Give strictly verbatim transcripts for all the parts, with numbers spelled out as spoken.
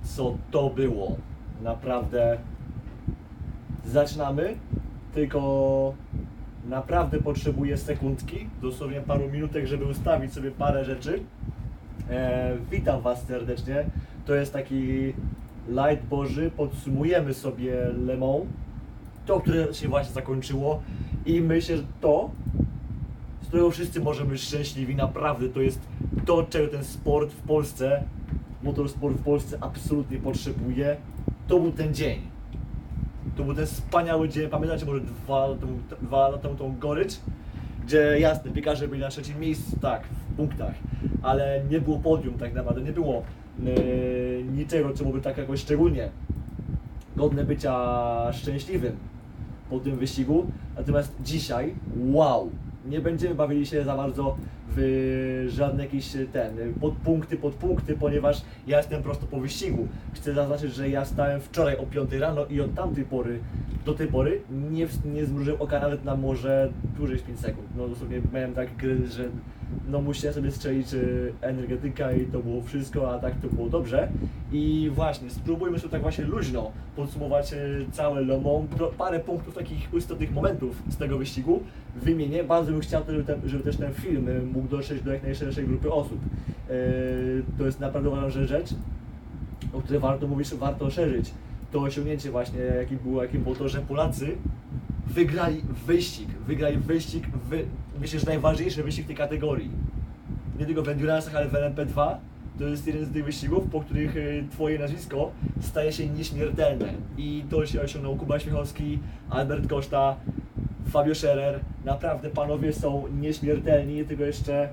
co to było. Naprawdę zaczynamy, tylko naprawdę potrzebuję sekundki, dosłownie paru minutek, żeby ustawić sobie parę rzeczy. E, witam Was serdecznie. To jest taki light boży. Podsumujemy sobie Le Mans, to, które się właśnie zakończyło, i myślę, że to, z którego wszyscy możemy być szczęśliwi, naprawdę to jest to, czego ten sport w Polsce, motorsport w Polsce absolutnie potrzebuje. To był ten dzień. To był ten wspaniały dzień. Pamiętacie może dwa lata temu, dwa lata temu tą gorycz? Gdzie jasne, piekarze byli na trzecim miejscu, tak, w punktach, ale nie było podium tak naprawdę, nie było yy, niczego, co byłoby tak jakoś szczególnie godne bycia szczęśliwym po tym wyścigu. Natomiast dzisiaj, wow, nie będziemy bawili się za bardzo w żadne jakieś ten, podpunkty, podpunkty, ponieważ ja jestem prosto po wyścigu. Chcę zaznaczyć, że ja stałem wczoraj o piątej rano i od tamtej pory do tej pory nie, nie zmrużyłem oka nawet na może dłużej niż pięć sekund. No dosłownie miałem tak gry, że no musiałem sobie strzelić y, energetyka i to było wszystko, a tak to było dobrze. I właśnie, spróbujmy sobie tak właśnie luźno podsumować y, całe Le Mans. Do, parę punktów takich istotnych momentów z tego wyścigu wymienię. Bardzo bym chciał, żeby, ten, żeby też ten film y, mógł dotrzeć do jak najszerszej grupy osób. Y, to jest naprawdę uważam, że rzecz, o której warto mówić, warto szerzyć. To osiągnięcie właśnie, jakim było, jakim było to, że Polacy wygrali wyścig, wygrali wyścig, wy... myślę, że najważniejszy wyścig tej kategorii. Nie tylko w Endurance'ach, ale w L M P dwa. To jest jeden z tych wyścigów, po których Twoje nazwisko staje się nieśmiertelne. I to się osiągnął Kuba Śmiechowski, Albert Koszta, Fabio Scherer. Naprawdę panowie są nieśmiertelni, tylko jeszcze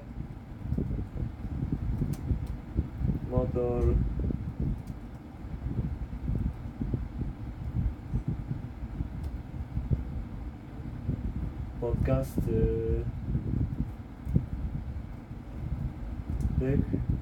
motor... podcast yy... Tyk.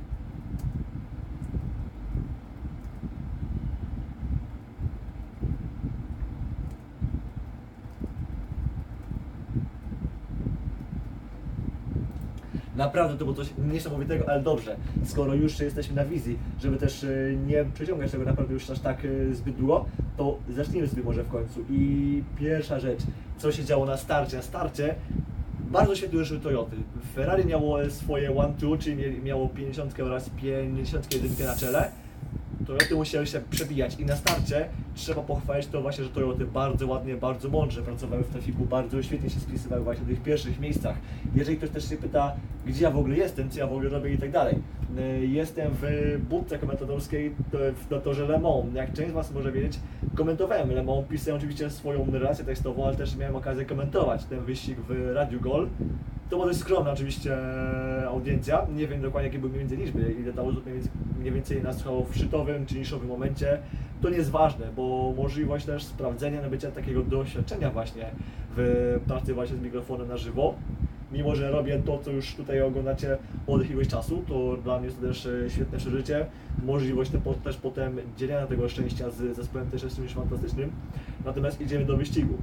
Naprawdę to było coś niesamowitego, ale dobrze, skoro już jesteśmy na wizji, żeby też nie przeciągać tego naprawdę już aż tak zbyt długo, to zacznijmy sobie może w końcu. I pierwsza rzecz, co się działo na starcie. Na starcie bardzo świetnie ruszyły Toyoty. Ferrari miało swoje one two, czyli miało pięćdziesiąt oraz pięćdziesiąt jeden na czele. Toyoty musiały się przebijać i na starcie trzeba pochwalić to właśnie, że Toyoty bardzo ładnie, bardzo mądrze pracowały w trafiku, bardzo świetnie się spisywały właśnie w tych pierwszych miejscach. Jeżeli ktoś też się pyta, gdzie ja w ogóle jestem, co ja w ogóle robię i tak dalej. Jestem w budce komentatorskiej na torze Le Mans. Jak część z Was może wiedzieć, komentowałem Le Mans, pisałem oczywiście swoją relację tekstową, ale też miałem okazję komentować ten wyścig w Radiu Gol. To była dość skromna oczywiście audiencja, nie wiem dokładnie jakie były mniej więcej liczby, ile tam osób mniej więcej nas słuchało w szczytowym czy niszowym momencie. To nie jest ważne, bo możliwość też sprawdzenia, nabycia takiego doświadczenia właśnie w pracy właśnie z mikrofonem na żywo. Mimo że robię to, co już tutaj oglądacie od jakiegoś czasu, to dla mnie jest to też świetne przeżycie. Możliwość te, też potem dzielenia tego szczęścia z zespołem też jest czymś fantastycznym. Natomiast idziemy do wyścigu.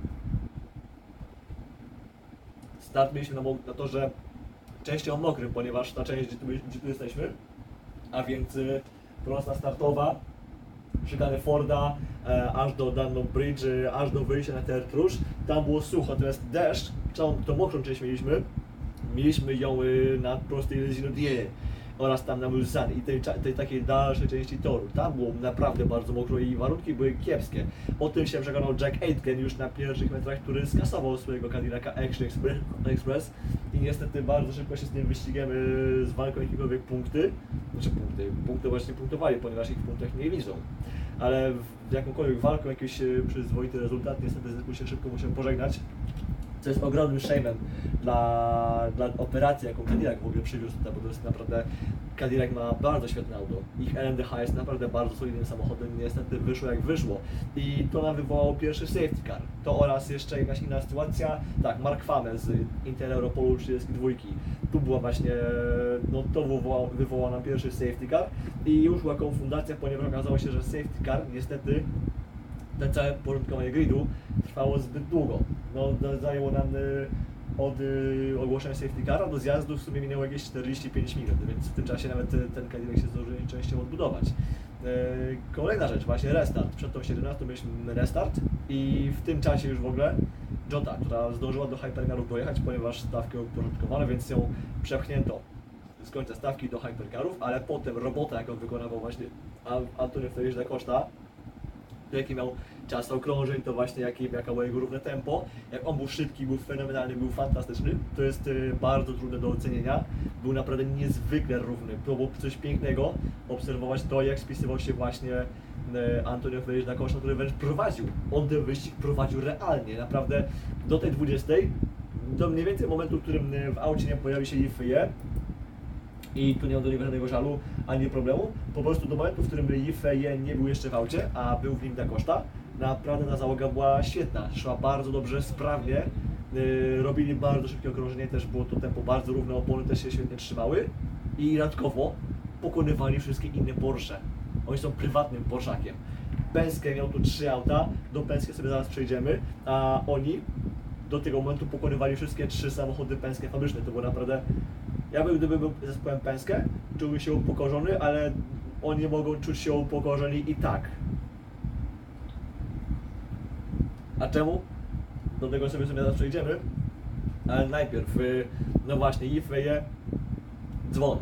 Start mieliśmy na, na torze częścią mokrym, ponieważ ta część, gdzie tu, gdzie tu jesteśmy, a więc y, prosta startowa, szykany Forda, e, aż do Dunlop Bridge, e, aż do wyjścia na Tertrusz, tam było sucho, natomiast deszcz, całą tą mokrą część mieliśmy, mieliśmy ją y, na prostej Lesinodie oraz tam na Mulsanne i tej, tej takiej dalszej części toru. Tam było naprawdę bardzo mokro i warunki były kiepskie. O tym się przekonał Jack Aitken już na pierwszych metrach, który skasował swojego Cadillaca Action Express i niestety bardzo szybko się z tym wyścigiem z walką jakiekolwiek punkty, znaczy punkty, punkty właśnie punktowali, ponieważ ich w punktach nie liczą. Ale w jakąkolwiek walką jakiś przyzwoity rezultat, niestety zespół się szybko musiał pożegnać. Co jest ogromnym shame'em dla, dla operacji, jaką Cadillac w ogóle przywiózł tutaj, bo to jest naprawdę, Cadillac ma bardzo świetne auto. Ich L M D H jest naprawdę bardzo solidnym samochodem, niestety wyszło jak wyszło. I to nam wywołało pierwszy safety car. To oraz jeszcze jakaś inna sytuacja, tak, Mark Fame z Intel Europolu trzydzieści dwa. Tu była właśnie, no to wywołało, wywołało nam pierwszy safety car i już była konfundacja, ponieważ okazało się, że safety car niestety ten całe porządkowanie gridu trwało zbyt długo. No, zajęło nam y, od y, ogłoszenia safety cara do zjazdu w sumie minęło jakieś czterdzieści pięć minut, więc w tym czasie nawet ten Cadillac się zdążył częścią odbudować. Kolejna rzecz, właśnie restart. Przed tą siedemnastą mieliśmy restart i w tym czasie już w ogóle Jota, która zdążyła do Hypercarów dojechać, ponieważ stawki uporządkowane, więc ją przepchnięto z końca stawki do Hypercarów, ale potem robota, jaką wykonywał właśnie Antonio Felix da Costa, jaki miał czas okrążeń, to właśnie jakie, jaka było jego równe tempo. Jak on był szybki, był fenomenalny, był fantastyczny, to jest y, bardzo trudne do ocenienia. Był naprawdę niezwykle równy. To było coś pięknego obserwować to, jak spisywał się właśnie y, Antonio Felix da Costa, który wręcz prowadził. On ten wyścig prowadził realnie, naprawdę do tej dwudziestej, do mniej więcej momentu, w którym w aucie nie pojawi się Yifei. I tu nie mam do niego żadnego żalu, ani problemu. Po prostu do momentu, w którym Yifei nie był jeszcze w aucie, a był w nim da Costa, naprawdę ta załoga była świetna. Szła bardzo dobrze, sprawnie. Yy, robili bardzo szybkie okrążenie, też było to tempo bardzo równe, opony też się świetnie trzymały. I dodatkowo pokonywali wszystkie inne Porsche. Oni są prywatnym Porszakiem. Penske miał tu trzy auta, do Penske sobie zaraz przejdziemy, a oni do tego momentu pokonywali wszystkie trzy samochody Penske fabryczne. To było naprawdę... Ja bym, gdybym był zespołem Penske, czułbym się upokorzony, ale oni mogą czuć się upokorzeni i tak. A czemu? Do tego sobie sobie zaraz przejdziemy. Ale najpierw, no właśnie, Yifei, dzwon.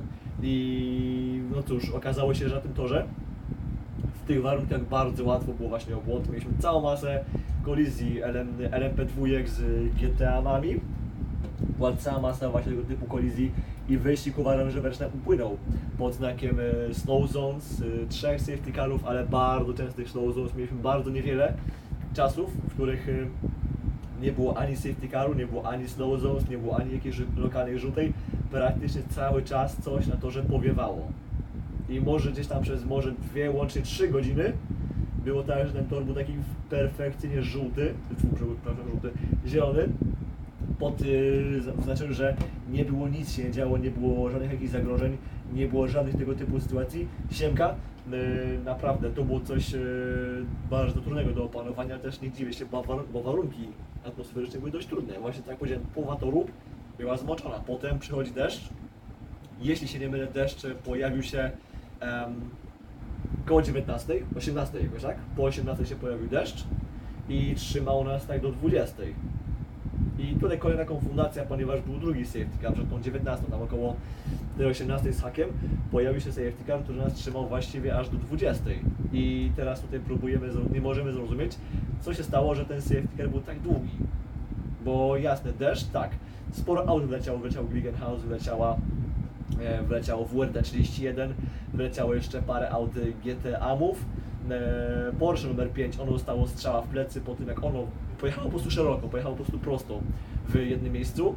I no cóż, okazało się, że na tym torze w tych warunkach bardzo łatwo było właśnie o błąd. Mieliśmy całą masę kolizji L M P dwa z G T A-ami. Była cała masa właśnie tego typu kolizji i wyścig uważam, że wręcz upłynął pod znakiem slow zones, trzech safety carów, ale bardzo częstych slow zones. Mieliśmy bardzo niewiele czasów, w których nie było ani safety caru, nie było ani slow zones, nie było ani jakiejś lokalnej żółtej. Praktycznie cały czas coś na torze powiewało. I może gdzieś tam przez może dwie, łącznie trzy godziny było tak, że ten tor był taki perfekcyjnie żółty, przepraszam, żółty, zielony, pod yy, w znaczeniu, że nie było nic się nie działo, nie było żadnych jakichś zagrożeń, nie było żadnych tego typu sytuacji. Siemka, yy, naprawdę to było coś yy, bardzo trudnego do opanowania, też nie dziwię się, bo, war bo warunki atmosferyczne były dość trudne. Właśnie tak jak powiedziałem, połowa toru była zmoczona, potem przychodzi deszcz. Jeśli się nie mylę, deszcz pojawił się um, koło dziewiętnastej, osiemnastej jakoś, tak? Po osiemnastej się pojawił deszcz i trzymał nas tak do dwudziestej. I tutaj kolejna konfundacja, ponieważ był drugi safety car przed tą dziewiętnastą, tam około tej osiemnastej z hakiem pojawił się safety car, który nas trzymał właściwie aż do dwudziestej. I teraz tutaj próbujemy, nie możemy zrozumieć, co się stało, że ten safety car był tak długi. Bo jasne, deszcz, tak, sporo aut wleciało, wleciał Glickenhaus, wleciała, e, wleciało W R T trzydzieści jeden, wleciało jeszcze parę aut G T A-mów. E, Porsche numer pięć, ono dostało strzała w plecy po tym, jak ono pojechało po prostu szeroko, pojechało po prostu prosto w jednym miejscu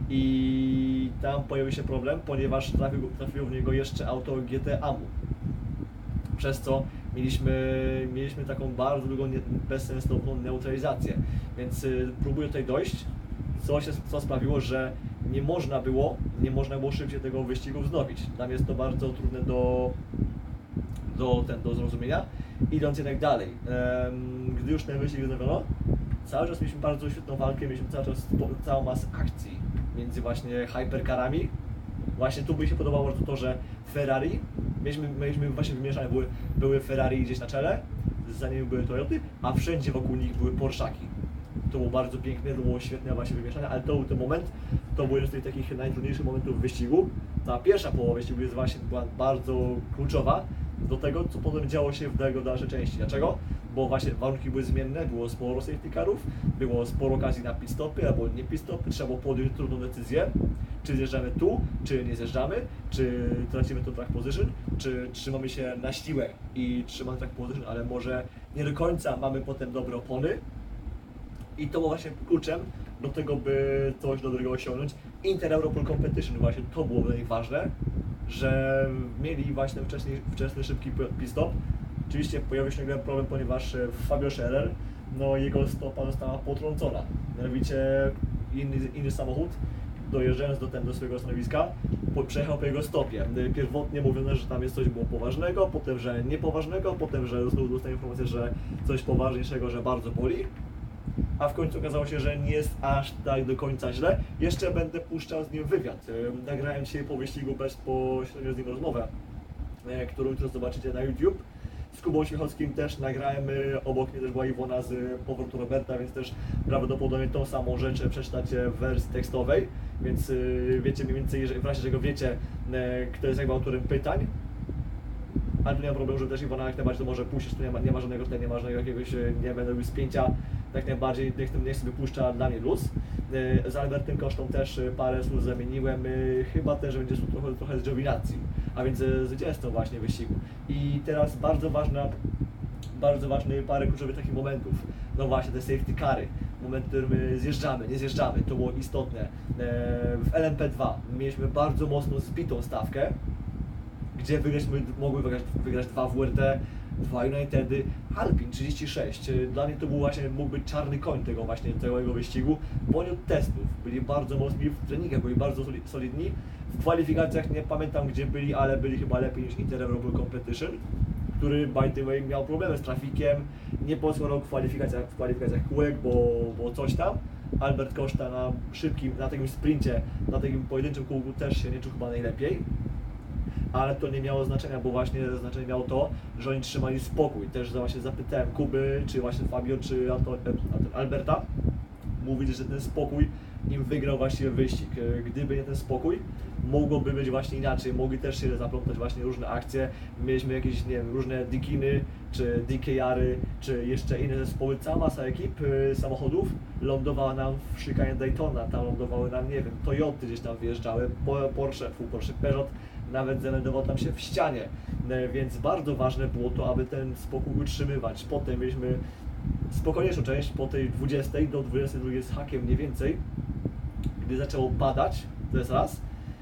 i tam pojawił się problem, ponieważ trafił, trafiło w niego jeszcze auto G T A-mu. Przez co mieliśmy, mieliśmy taką bardzo długą, bezsensowną neutralizację. Więc y, próbuję tutaj dojść, co, się, co sprawiło, że nie można było, nie można było szybciej tego wyścigu wznowić. Tam jest to bardzo trudne do, do, ten, do zrozumienia. Idąc jednak dalej, um, gdy już ten wyścig wznowiono, cały czas mieliśmy bardzo świetną walkę, mieliśmy cały czas całą masę akcji między właśnie hypercarami. Właśnie tu by się podobało bardzo to, że Ferrari, mieliśmy, mieliśmy właśnie wymieszane, były, były Ferrari gdzieś na czele, za nimi były Toyoty, a wszędzie wokół nich były Porszaki. To było bardzo piękne, to było świetne właśnie wymieszane, ale to był ten moment, to był jeden z tych takich najtrudniejszych momentów w wyścigu. Ta pierwsza połowa wyścigu jest właśnie była bardzo kluczowa do tego, co potem działo się w jego dalszej części. Dlaczego? Bo właśnie warunki były zmienne, było sporo safety carów, było sporo okazji na pit stopy albo nie pit stopy, trzeba było podjąć trudną decyzję, czy zjeżdżamy tu, czy nie zjeżdżamy, czy tracimy to track position, czy trzymamy się na siłę i trzymamy track position, ale może nie do końca mamy potem dobre opony. I to było właśnie kluczem do tego, by coś dobrego osiągnąć. Inter-Europol Competition, właśnie to było dla nich ważne, że mieli właśnie wcześniej, wczesny, szybki pit stop. Oczywiście pojawił się nagle problem, ponieważ Fabio Scherer, no jego stopa została potrącona. Mianowicie inny, inny samochód, dojeżdżając do, ten, do swojego stanowiska, po, przejechał po jego stopie. Pierwotnie mówiono, że tam jest coś było poważnego, potem, że niepoważnego, potem, że znów dostałem informację, że coś poważniejszego, że bardzo boli. A w końcu okazało się, że nie jest aż tak do końca źle. Jeszcze będę puszczał z nim wywiad. Nagrałem dzisiaj po wyścigu bezpośrednio z nim rozmowę, którą jutro zobaczycie na YouTube. Z Kubą Świechockim też nagrałem, obok mnie też była Iwona z powrotu Roberta, więc też prawdopodobnie tą samą rzecz przeczytacie w wersji tekstowej, więc wiecie mniej więcej, jeżeli w razie czego wiecie, kto jest jakby autorem pytań. Ale tu nie ma problemu, że też Iwona jak najbardziej to może puścić, tu nie ma, nie ma żadnego tutaj, nie ma żadnego jakiegoś, nie będę robił spięcia, tak najbardziej niech, niech sobie puszcza dla mnie luz. Z Albertem Kosztą też parę słów zamieniłem, chyba też będzie tu trochę, trochę z Giovinazzi, a więc zwycięzcą właśnie wyścigu. I teraz bardzo ważna, bardzo ważny parę kluczowych takich momentów, no właśnie te safety cary, moment, w którym my zjeżdżamy, nie zjeżdżamy, to było istotne. W L M P dwa mieliśmy bardzo mocno zbitą stawkę, gdzie wygraliśmy, mogły wygrać, wygrać dwa W R T, dwa Unitedy, Alpin trzydzieści sześć. Dla mnie to był właśnie, mógł być czarny koń tego właśnie całego wyścigu, bo oni od testów byli bardzo mocni, w treningach byli bardzo solidni, w kwalifikacjach nie pamiętam gdzie byli, ale byli chyba lepiej niż Inter Europol Competition, który by the way miał problemy z trafikiem, nie posłał w kwalifikacjach, w kwalifikacjach kółek, bo, bo coś tam. Albert Koszta na szybkim, na takim sprincie, na takim pojedynczym kółku też się nie czuł chyba najlepiej. Ale to nie miało znaczenia, bo właśnie znaczenie miało to, że oni trzymali spokój. Też właśnie zapytałem Kuby, czy właśnie Fabio, czy Anton, Alberta. Mówili, że ten spokój im wygrał właśnie wyścig. Gdyby nie ten spokój, mogłoby być właśnie inaczej. Mogli też się zaplątać właśnie różne akcje. Mieliśmy jakieś, nie wiem, różne Dikiny, czy D K R-y, czy jeszcze inne zespoły. Cała masa ekip samochodów lądowała nam w szykanie Daytona. Tam lądowały nam, nie wiem, Toyoty gdzieś tam wyjeżdżały, Porsche, Porsche Peugeot. Nawet zameldował tam się w ścianie, więc bardzo ważne było to, aby ten spokój utrzymywać. Potem mieliśmy spokojniejszą część, po tej dwudziestej do dwudziestej drugiej z hakiem mniej więcej, gdy zaczęło padać, to jest raz.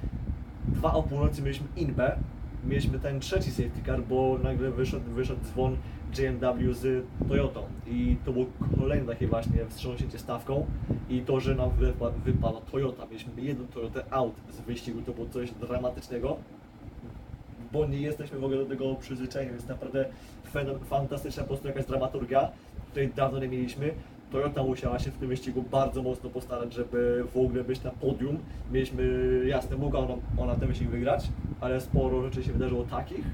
Dwa o północy mieliśmy Inbę, mieliśmy ten trzeci safety car, bo nagle wyszedł, wyszedł dzwon J M W z Toyotą i to było kolejne takie właśnie wstrząśnięcie stawką i to, że nam wypadła, wypadła Toyota. Mieliśmy jedną Toyotę out z wyścigu, to było coś dramatycznego, bo nie jesteśmy w ogóle do tego przyzwyczajeni, więc naprawdę fantastyczna po prostu jakaś dramaturgia, której dawno nie mieliśmy. Toyota musiała się w tym wyścigu bardzo mocno postarać, żeby w ogóle być na podium. Mieliśmy, jasne, mogła ona, ona ten wyścig wygrać, ale sporo rzeczy się wydarzyło takich,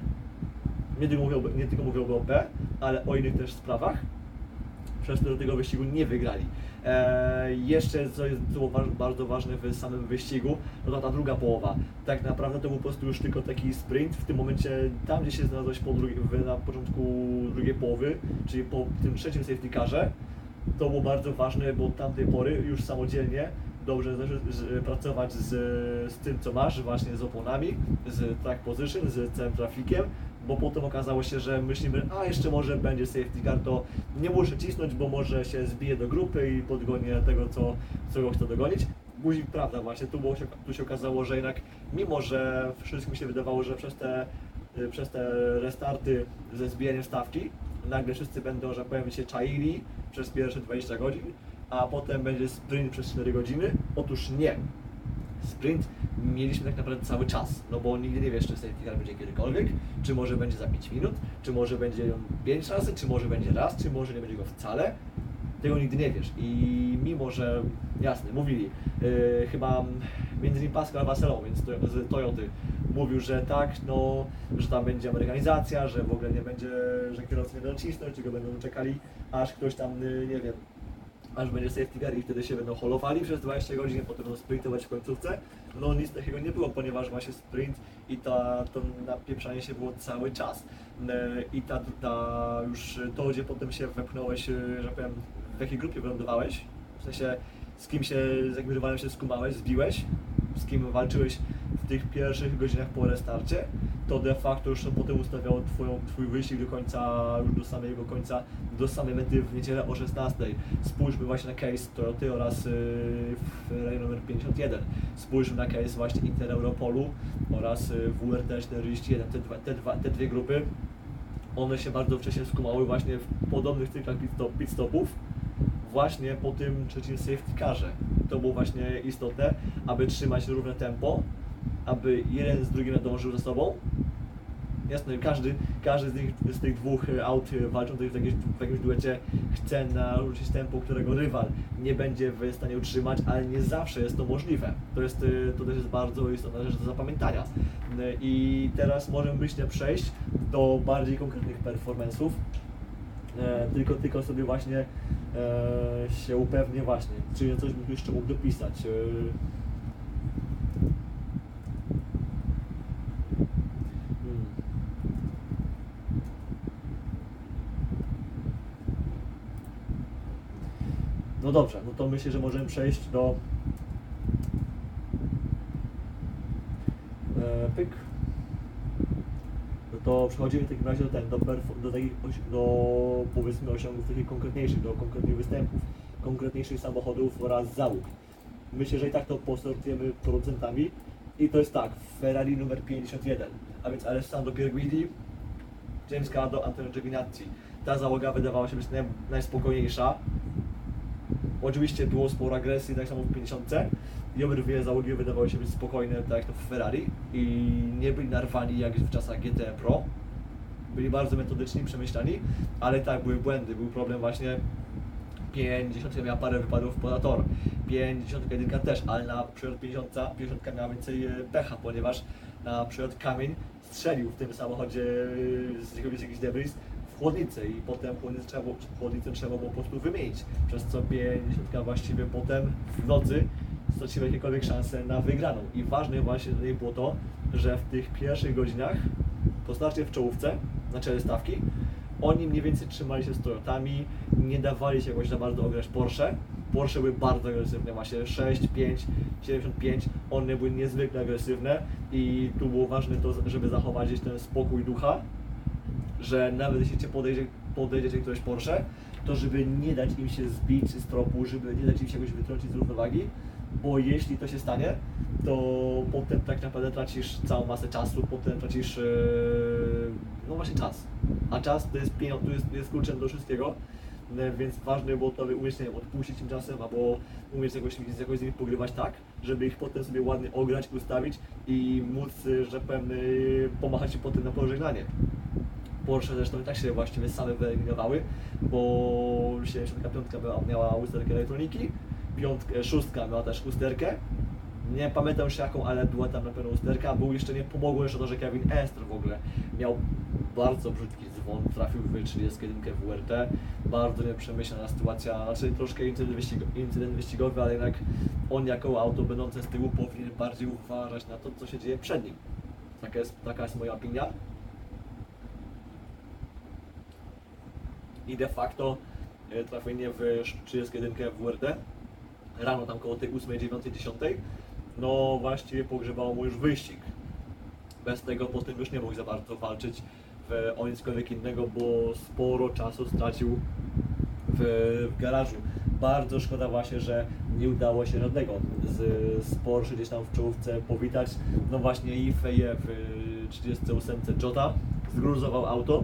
nie tylko mówię o, nie tylko mówię o B O P, ale o innych też sprawach, przez to do tego wyścigu nie wygrali. Eee, jeszcze co jest było wa bardzo ważne w samym wyścigu, no to ta druga połowa. Tak naprawdę to był po prostu już tylko taki sprint. W tym momencie, tam gdzie się znalazłeś po drugi, na początku drugiej połowy, czyli po tym trzecim safety carze, to było bardzo ważne, bo od tamtej pory już samodzielnie dobrze zacząć pracować z, z tym, co masz, właśnie z oponami, z track position, z całym trafikiem, bo potem okazało się, że myślimy, a jeszcze może będzie safety car, to nie muszę cisnąć, bo może się zbije do grupy i podgonię tego, co, co go chcę dogonić. Guzik, prawda, właśnie tu, było się, tu się okazało, że jednak mimo, że wszystkim się wydawało, że przez te, przez te restarty ze zbijaniem stawki, nagle wszyscy będą, że powiem się, czaili przez pierwsze dwadzieścia godzin, a potem będzie sprint przez cztery godziny. Otóż nie. Sprint mieliśmy tak naprawdę cały czas, no bo nigdy nie wiesz, czy safety car będzie kiedykolwiek, czy może będzie za pięć minut, czy może będzie ją pięć razy, czy może będzie raz, czy może nie będzie go wcale. Tego nigdy nie wiesz i mimo, że jasne, mówili, yy, chyba między innymi Pascal Vasselon, więc to, z Toyoty, mówił, że tak, no, że tam będzie amerykanizacja, że w ogóle nie będzie, że kierowcy nie będą cisnąć, tylko będą czekali, aż ktoś tam, yy, nie wiem, aż będzie safety car i wtedy się będą holowali przez dwadzieścia godzin, potem będą sprintować w końcówce. No nic takiego nie było, ponieważ właśnie sprint i ta, to napieprzanie się było cały czas. I ta, ta już to, gdzie potem się wepchnąłeś, że powiem, w jakiej grupie wylądowałeś, w sensie z kim się, z jakim rywalem się skumałeś, zbiłeś, z kim walczyłeś w tych pierwszych godzinach po restarcie, to de facto już potem ustawiało twoją, twój wyścig do końca, już do samego końca, do samej mety w niedzielę o szesnastej. Spójrzmy właśnie na case Toyoty oraz yy, w rejonu numer pięćdziesiąt jeden. Spójrzmy na case właśnie Inter Europolu oraz yy, W R T czterdzieści jeden. Te, dwa, te, dwa, te dwie grupy, one się bardzo wcześnie skumały właśnie w podobnych cyklach pit, stop, pit stopów, właśnie po tym trzecim safety carze. To było właśnie istotne, aby trzymać równe tempo, aby jeden z drugim nadążył ze sobą, Jasne, każdy, każdy z, tych, z tych dwóch aut walczących w jakimś, w jakimś duecie chce naruszyć tempo, którego rywal nie będzie w stanie utrzymać, ale nie zawsze jest to możliwe. To, jest, to też jest bardzo istotna rzecz do zapamiętania. I teraz możemy myślę przejść do bardziej konkretnych performance'ów. E, tylko, tylko sobie właśnie e, się upewnię właśnie, czy ja coś bym tu jeszcze mógł dopisać. E, hmm. No dobrze, no to myślę, że możemy przejść do e, pyk. No to przechodzimy w takim razie do, ten, do, do, takich, do powiedzmy osiągów takich konkretniejszych, do konkretnych występów, konkretniejszych samochodów oraz załóg. Myślę, że i tak to posortujemy producentami i to jest tak, Ferrari numer pięćdziesiąt jeden, a więc Alessandro Pierguidi, James Calado, Antonio Giovinazzi. Ta załoga wydawała się być naj, najspokojniejsza. Oczywiście było sporo agresji, tak samo w pięćdziesiątce i obydwie załogi wydawały się być spokojne, tak jak to w Ferrari i nie byli narwani jak w czasach G T E Pro. Byli bardzo metodyczni, przemyślani, ale tak, były błędy, był problem właśnie. pięćdziesiątka miała parę wypadów poza tor, pięćdziesiątka jeden też, ale na przykład pięćdziesiątka, pięćdziesiątka miała więcej pecha, ponieważ na przykład kamień strzelił w tym samochodzie z jakiejś debris w chłodnicę i potem chłodnicę trzeba, było, chłodnicę trzeba było po prostu wymienić, przez co pięćdziesiątka właściwie potem w nocy straciła jakiekolwiek szanse na wygraną. I ważne właśnie tutaj było to, że w tych pierwszych godzinach, po starcie w czołówce, na czele stawki, oni mniej więcej trzymali się z Toyotami, nie dawali się jakoś za bardzo ograć Porsche. Porsche były bardzo agresywne, właśnie sześć, pięć, siedemdziesiąt pięć, one były niezwykle agresywne i tu było ważne to, żeby zachować gdzieś ten spokój ducha, że nawet jeśli cię podejdzie, podejdzie ktoś Porsche, to żeby nie dać im się zbić z tropu, żeby nie dać im się jakoś wytrącić z równowagi, bo jeśli to się stanie, to potem tak naprawdę tracisz całą masę czasu, potem tracisz yy, no właśnie czas, a czas to jest pieniądz, to jest, jest kluczem do wszystkiego, yy, więc ważne było to, by umieć nie wiem, odpuścić im czasem, albo umieć jakoś, jakoś z nimi pogrywać tak, żeby ich potem sobie ładnie ograć, ustawić i móc, że tak powiem, yy, pomachać im potem na pożegnanie. Porsche zresztą i tak się właściwie same wyeliminowały, bo siedemdziesiątka pięć była, miała usterkę elektroniki, piątka, szóstka miała też usterkę. Nie pamiętam już jaką, ale była tam na pewno usterka. Był jeszcze nie pomogło jeszcze to, że Kevin Estre w ogóle miał bardzo brzydki dzwon, trafił w trzydziestą jeden w W R T. Bardzo nieprzemyślana sytuacja, znaczy troszkę incydent, wyścig, incydent wyścigowy, ale jednak on jako auto będące z tyłu powinien bardziej uważać na to, co się dzieje przed nim. Taka jest, taka jest moja opinia. I de facto e, trafienie w trzydziestą jeden w W R T rano tam koło tej ósmej, dziewiątej, dziesiątej, no właściwie pogrzebało mu już wyścig. Bez tego potem już nie mógł za bardzo walczyć w, o nicokolwiek innego, bo sporo czasu stracił w, w garażu. Bardzo szkoda właśnie, że nie udało się żadnego z, z Porsche gdzieś tam w czołówce powitać. No właśnie i Feje w trzydziestej ósemce Jota zgruzował auto.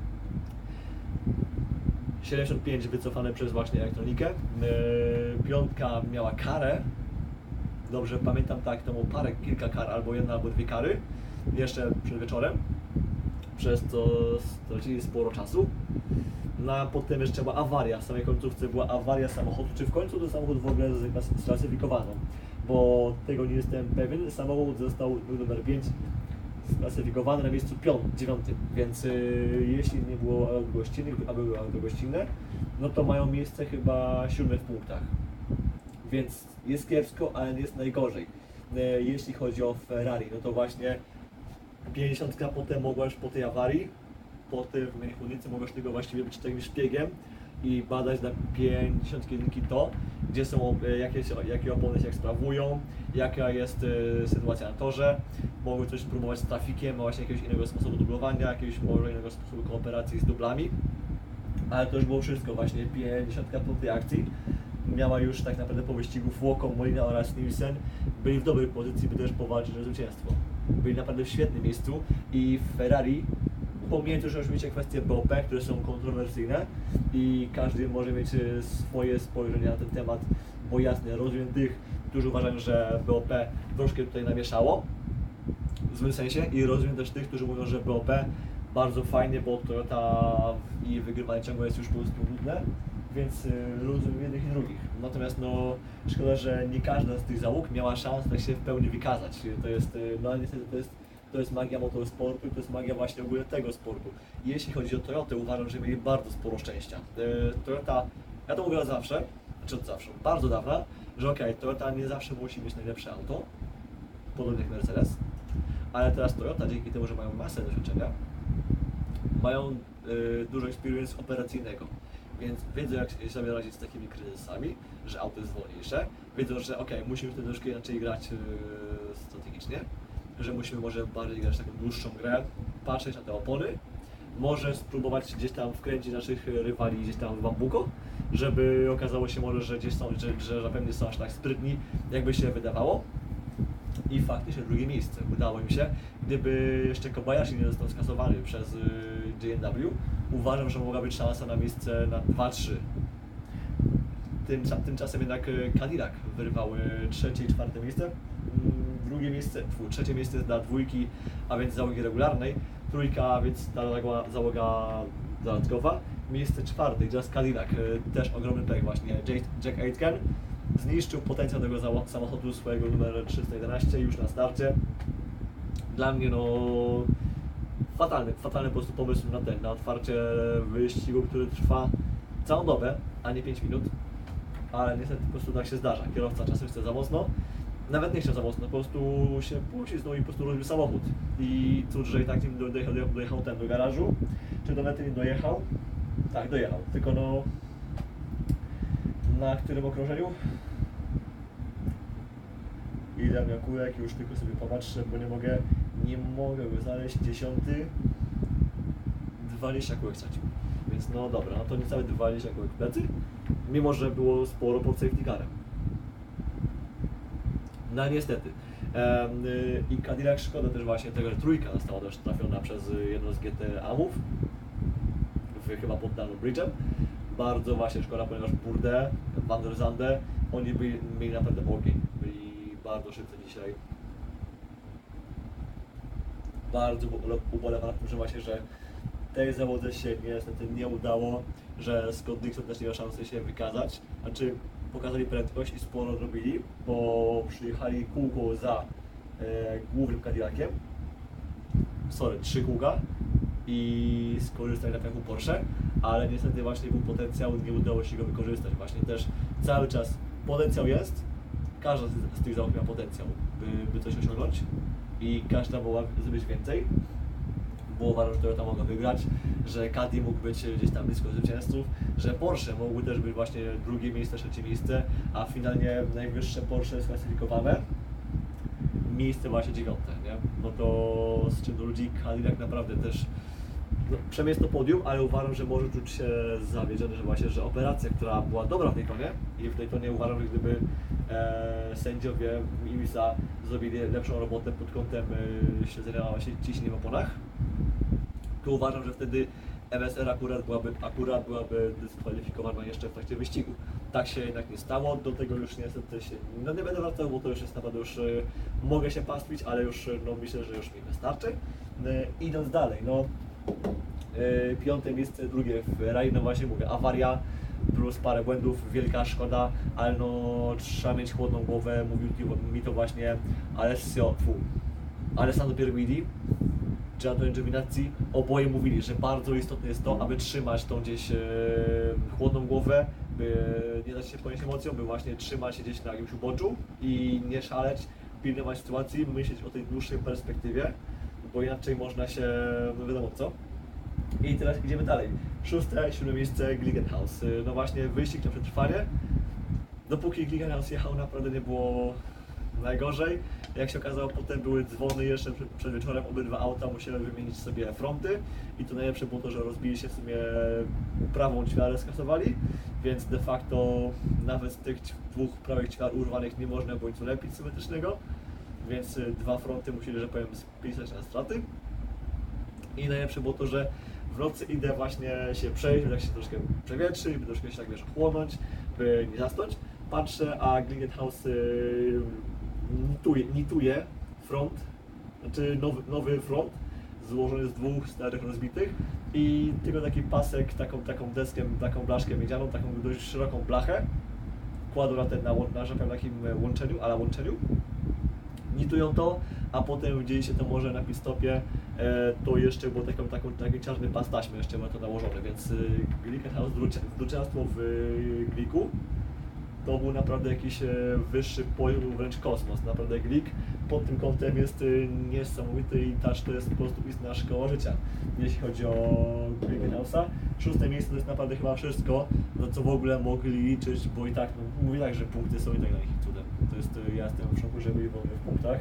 siedemdziesiąt pięć wycofane przez właśnie elektronikę. Piątka miała karę. Dobrze pamiętam, tak, to było parę, kilka kar, albo jedna, albo dwie kary. Jeszcze przed wieczorem. Przez co stracili sporo czasu. No a potem jeszcze była awaria. W samej końcówce była awaria samochodu. Czy w końcu ten samochód w ogóle sklasyfikowano? Bo tego nie jestem pewien. Samochód został, był numer pięć. Sklasyfikowany na miejscu piątym, dziewiątym, więc yy, jeśli nie było aut gościnnych, a były auto gościnne, no to mają miejsce chyba siódme w punktach. Więc jest kiepsko, ale nie jest najgorzej. Yy, jeśli chodzi o Ferrari, no to właśnie pięćdziesiątka potem mogła już po tej awarii, po tym wymianie chłodnicy mogłaś tylko właściwie być takim szpiegiem i badać dla pięćdziesiąt jeden to, gdzie są, jakie, jakie opony się jak sprawują, jaka jest y, sytuacja na torze. Mogły coś spróbować z trafikiem, właśnie jakiegoś innego sposobu dublowania, jakiegoś może innego sposobu kooperacji z dublami. Ale to już było wszystko, właśnie pięćdziesiątka po tej akcji miała już tak naprawdę po wyścigu Fuoco, Molina oraz Nielsen byli w dobrej pozycji, by też powalczyć o zwycięstwo. Byli naprawdę w świetnym miejscu i Ferrari, pomijając już oczywiście kwestie B O P, które są kontrowersyjne i każdy może mieć swoje spojrzenie na ten temat, bo jasne, rozumiem tych, którzy uważają, że B O P troszkę tutaj namieszało w złym sensie i rozumiem też tych, którzy mówią, że B O P bardzo fajnie, bo Toyota i wygrywanie ciągłe jest już po prostu nudne, więc rozumiem jednych i drugich. Natomiast no, szkoda, że nie każda z tych załóg miała szansę tak się w pełni wykazać. To jest, no niestety to jest, to jest magia motorsportu i to jest magia właśnie ogólnie tego sportu. I jeśli chodzi o Toyotę, uważam, że mieli bardzo sporo szczęścia. Toyota, ja to mówię od zawsze, czy od zawsze, bardzo dawna, że okej, okay, Toyota nie zawsze musi mieć najlepsze auto, podobnie jak Mercedes, ale teraz Toyota, dzięki temu, że mają masę doświadczenia, mają y, dużo experience operacyjnego, więc wiedzą, jak sobie radzić z takimi kryzysami, że auto jest wolniejsze, wiedzą, że ok, musimy wtedy troszkę inaczej grać y, strategicznie, że musimy może bardziej grać taką dłuższą grę, patrzeć na te opony, może spróbować gdzieś tam wkręcić naszych rywali gdzieś tam w bambuko, żeby okazało się może, że gdzieś są, że, że zapewne są aż tak sprytni, jakby się wydawało. I faktycznie drugie miejsce udało im się. Gdyby jeszcze Kobayashi nie został skasowany przez J N W, uważam, że mogła być szansa na miejsce na dwa trzy. Tym, tymczasem jednak Cadillac wyrwał trzecie i czwarte miejsce. Drugie miejsce, tfu, trzecie miejsce dla dwójki, a więc załogi regularnej. Trójka, więc ta załoga, załoga dodatkowa. Miejsce czwarte, Just Cadillac, też ogromny pech właśnie. Jack Aitken zniszczył potencjał tego samochodu swojego numer trzysta jedenaście już na starcie. Dla mnie no fatalny, fatalny po prostu pomysł na ten, na otwarcie wyścigu, który trwa całą dobę, a nie pięć minut. Ale niestety po prostu tak się zdarza. Kierowca czasem chce za mocno, nawet nie chciał za mocno, po prostu się pocisnął i po prostu rozbił samochód. I cóż, że i tak nim dojechał, dojechał ten do garażu, czy do mety nie dojechał? Tak, dojechał, tylko no na którym okrążeniu? Ile miał kółek, już tylko sobie popatrzę, bo nie mogę, nie mogę go znaleźć, dziesiąty, dwadzieścia kółek stracił. Więc no dobra, no to niecałe dwadzieścia kółek w plecy, mimo że było sporo pod safety carem. No niestety. Ehm, I Cadillac szkoda też właśnie tego, że trójka została też trafiona przez jedno z G T A-ów, chyba pod Dublin Bridge'em. Bardzo właśnie szkoda, ponieważ Burde, Van der Zande, oni byli, mieli naprawdę ogień. Byli bardzo szybcy dzisiaj. Bardzo ubolewam na tym, że właśnie, że tej załodze się niestety nie udało, że Scott Dixon też nie miał szansy się wykazać. Znaczy pokazali prędkość i sporo robili, bo przyjechali kółko za e, głównym Cadillaciem. Sorry, trzy kółka i skorzystali na pechu Porsche, ale niestety właśnie był potencjał, nie udało się go wykorzystać. Właśnie też cały czas potencjał jest, każda z tych załóg miała potencjał, by, by coś osiągnąć i każda mogła zrobić więcej, bo uważam, że Toyota mogła wygrać, że Caddy mógł być gdzieś tam blisko zwycięzców, że Porsche mogły też być właśnie drugie miejsce, trzecie miejsce, a finalnie najwyższe Porsche sklasyfikowane miejsce właśnie dziewiąte, nie? No to z czym do ludzi Cadillac naprawdę też no, przemieść to podium, ale uważam, że może czuć się zawiedziony, że właśnie, że operacja, która była dobra w Daytonie i w Daytonie uważam, że gdyby e, sędziowie I W I S A zrobili lepszą robotę pod kątem e, śledzenia właśnie ciśnienia w oponach, to uważam, że wtedy M S R akurat byłaby, akurat byłaby dyskwalifikowana jeszcze w trakcie wyścigu. Tak się jednak nie stało, do tego już niestety się no nie będę wracał, bo to już jest naprawdę już y, mogę się pastwić, ale już no myślę, że już mi wystarczy. Y, idąc dalej, no y, piąte miejsce, drugie w Ferrari, no właśnie mówię, awaria plus parę błędów, wielka szkoda, ale no trzeba mieć chłodną głowę, mówił mi to właśnie Alessio, fu, Alessandro Pierguidi czy Antonio Giovinazzi, oboje mówili, że bardzo istotne jest to, aby trzymać tą gdzieś e, chłodną głowę, by nie dać się ponieść emocją, by właśnie trzymać się gdzieś na jakimś uboczu i nie szaleć, pilnować sytuacji, myśleć o tej dłuższej perspektywie, bo inaczej można się, no wiadomo co. I teraz idziemy dalej. Szóste, siódme miejsce Glickenhaus. No właśnie wyścig na przetrwanie. Dopóki Glickenhaus jechał, naprawdę nie było najgorzej. Jak się okazało, potem były dzwony jeszcze przed, przed wieczorem, obydwa auta musiały wymienić sobie fronty i to najlepsze było to, że rozbili się w sumie prawą ćwiarę, skasowali, więc de facto nawet z tych dwóch prawych ćwiar urwanych nie można było nic ulepić symetrycznego, więc dwa fronty musieli, że powiem, spisać na straty. I najlepsze było to, że w nocy idę właśnie się przejść, tak się troszkę przewietrzyć, by troszkę się tak wiesz, chłonąć, by nie zasnąć. Patrzę, a Glickenhaus yy, nituje, nituje front znaczy nowy, nowy front złożony z dwóch starych rozbitych i tylko taki pasek, taką, taką deskę, taką blaszkę miedzianą, taką dość szeroką blachę kładą na, ten, na, na żadnym takim łączeniu, ale łączeniu, nitują to, a potem gdzieś się to może na pit-stopie, e, to jeszcze było taką, taką, taki czarny pas taśmy jeszcze ma to nałożone, więc y, Glickenhaus, druciarstwo w y, Gliku to był naprawdę jakiś e, wyższy poziom, wręcz kosmos. Naprawdę Glick pod tym kątem jest y, niesamowity i też to jest po prostu istna szkoła życia, jeśli chodzi o Glickenhausa. Szóste miejsce to jest naprawdę chyba wszystko, no co w ogóle mogli liczyć, bo i tak, no mówię tak, że punkty są i tak dla nich cudem. To jest, y, ja jestem w szoku, że byli wolni w punktach.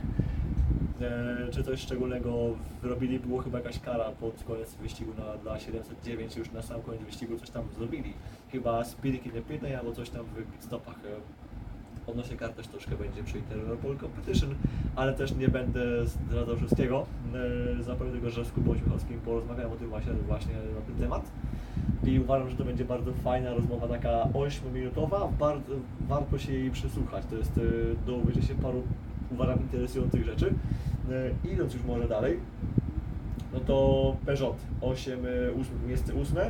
E, czy coś szczególnego wyrobili, było chyba jakaś kara pod koniec wyścigu na, dla siedemset dziewięć, już na sam koniec wyścigu coś tam zrobili. Chyba speeding in the pit albo coś tam w pit stopach. E, odnośnie kar też troszkę będzie przy Internal Pole Competition, ale też nie będę zdradzał wszystkiego. E, zapewne tego, że z Kubą Ciechowskim porozmawiałem o tym właśnie, właśnie na ten temat. I uważam, że to będzie bardzo fajna rozmowa, taka ośmiominutowa, bardzo warto się jej przysłuchać. To jest e, do obejrzenia się paru, uważam, interesujących rzeczy. E, idąc już może dalej, no to Peugeot osiem, ósme, miejsce ósme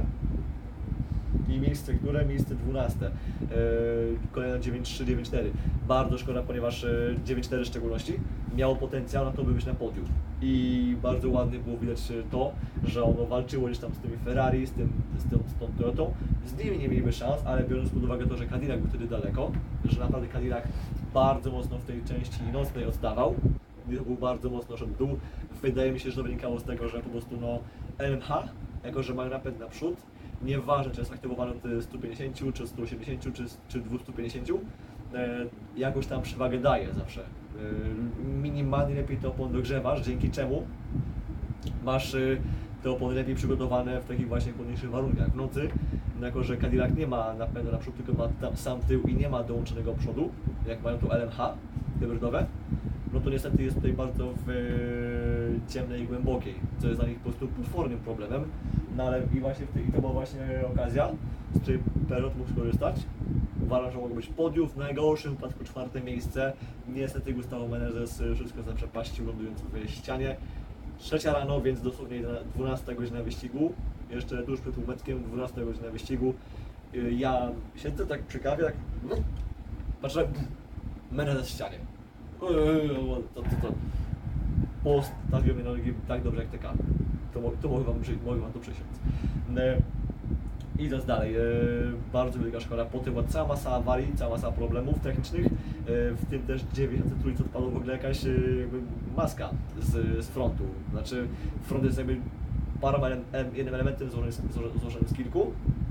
i miejsce, które? Miejsce dwunaste. E, kolejna dziewięć trzy, dziewięć cztery. Bardzo szkoda, ponieważ e, dziewięć cztery w szczególności miało potencjał na to, by być na podium. I bardzo ładnie było widać to, że ono walczyło gdzieś tam z tymi Ferrari, z, tym, z, tym, z tą Toyotą. Z nimi nie mieliby szans, ale biorąc pod uwagę to, że Cadillac był wtedy daleko, że naprawdę Cadillac bardzo mocno w tej części nocnej odstawał, to był bardzo mocno szedł w dół. Wydaje mi się, że to wynikało z tego, że po prostu no L M H, jako że mają napęd naprzód, nieważne czy jest aktywowany od stu pięćdziesięciu, czy stu osiemdziesięciu, czy, czy dwiestu pięćdziesięciu, e, jakąś tam przewagę daje zawsze. E, minimalnie lepiej te opony dogrzewasz, dzięki czemu masz e, te opony lepiej przygotowane w takich właśnie chłodniejszych warunkach. W nocy, jako że Cadillac nie ma napędu naprzód, tylko ma tam sam tył i nie ma dołączonego przodu, jak mają tu L M H hybrydowe, no to niestety jest tutaj bardzo w e, ciemnej i głębokiej, co jest dla nich po prostu potwornym problemem. No ale i właśnie w tej, i to była właśnie okazja, z której Peugeot mógł skorzystać. Uważam, że mogło być podium, w najgorszym wypadku czwarte miejsce. Niestety Gustavo Menezes wszystko zaprzepaścił, lądując w ścianie. Trzecia rano, więc dosłownie dwunasta godzina wyścigu, jeszcze tuż przed półmetkiem, dwunasta godzina wyścigu. Ja siedzę tak przy kawie, tak patrzę, Menezes w ścianie. To, to, to. Postawił mnie na nogi tak dobrze jak te kawy. To, to mogę wam, mogę wam to przysiąc. E, idąc dalej, e, bardzo wielka szkoda. Potem była cała masa awarii, cała masa problemów technicznych, e, w tym też dziewięćset trzy odpadła w ogóle jakaś e, jakby maska z, z frontu. Znaczy front jest jakby parą jednym elementem złożonym z, złożonym z kilku,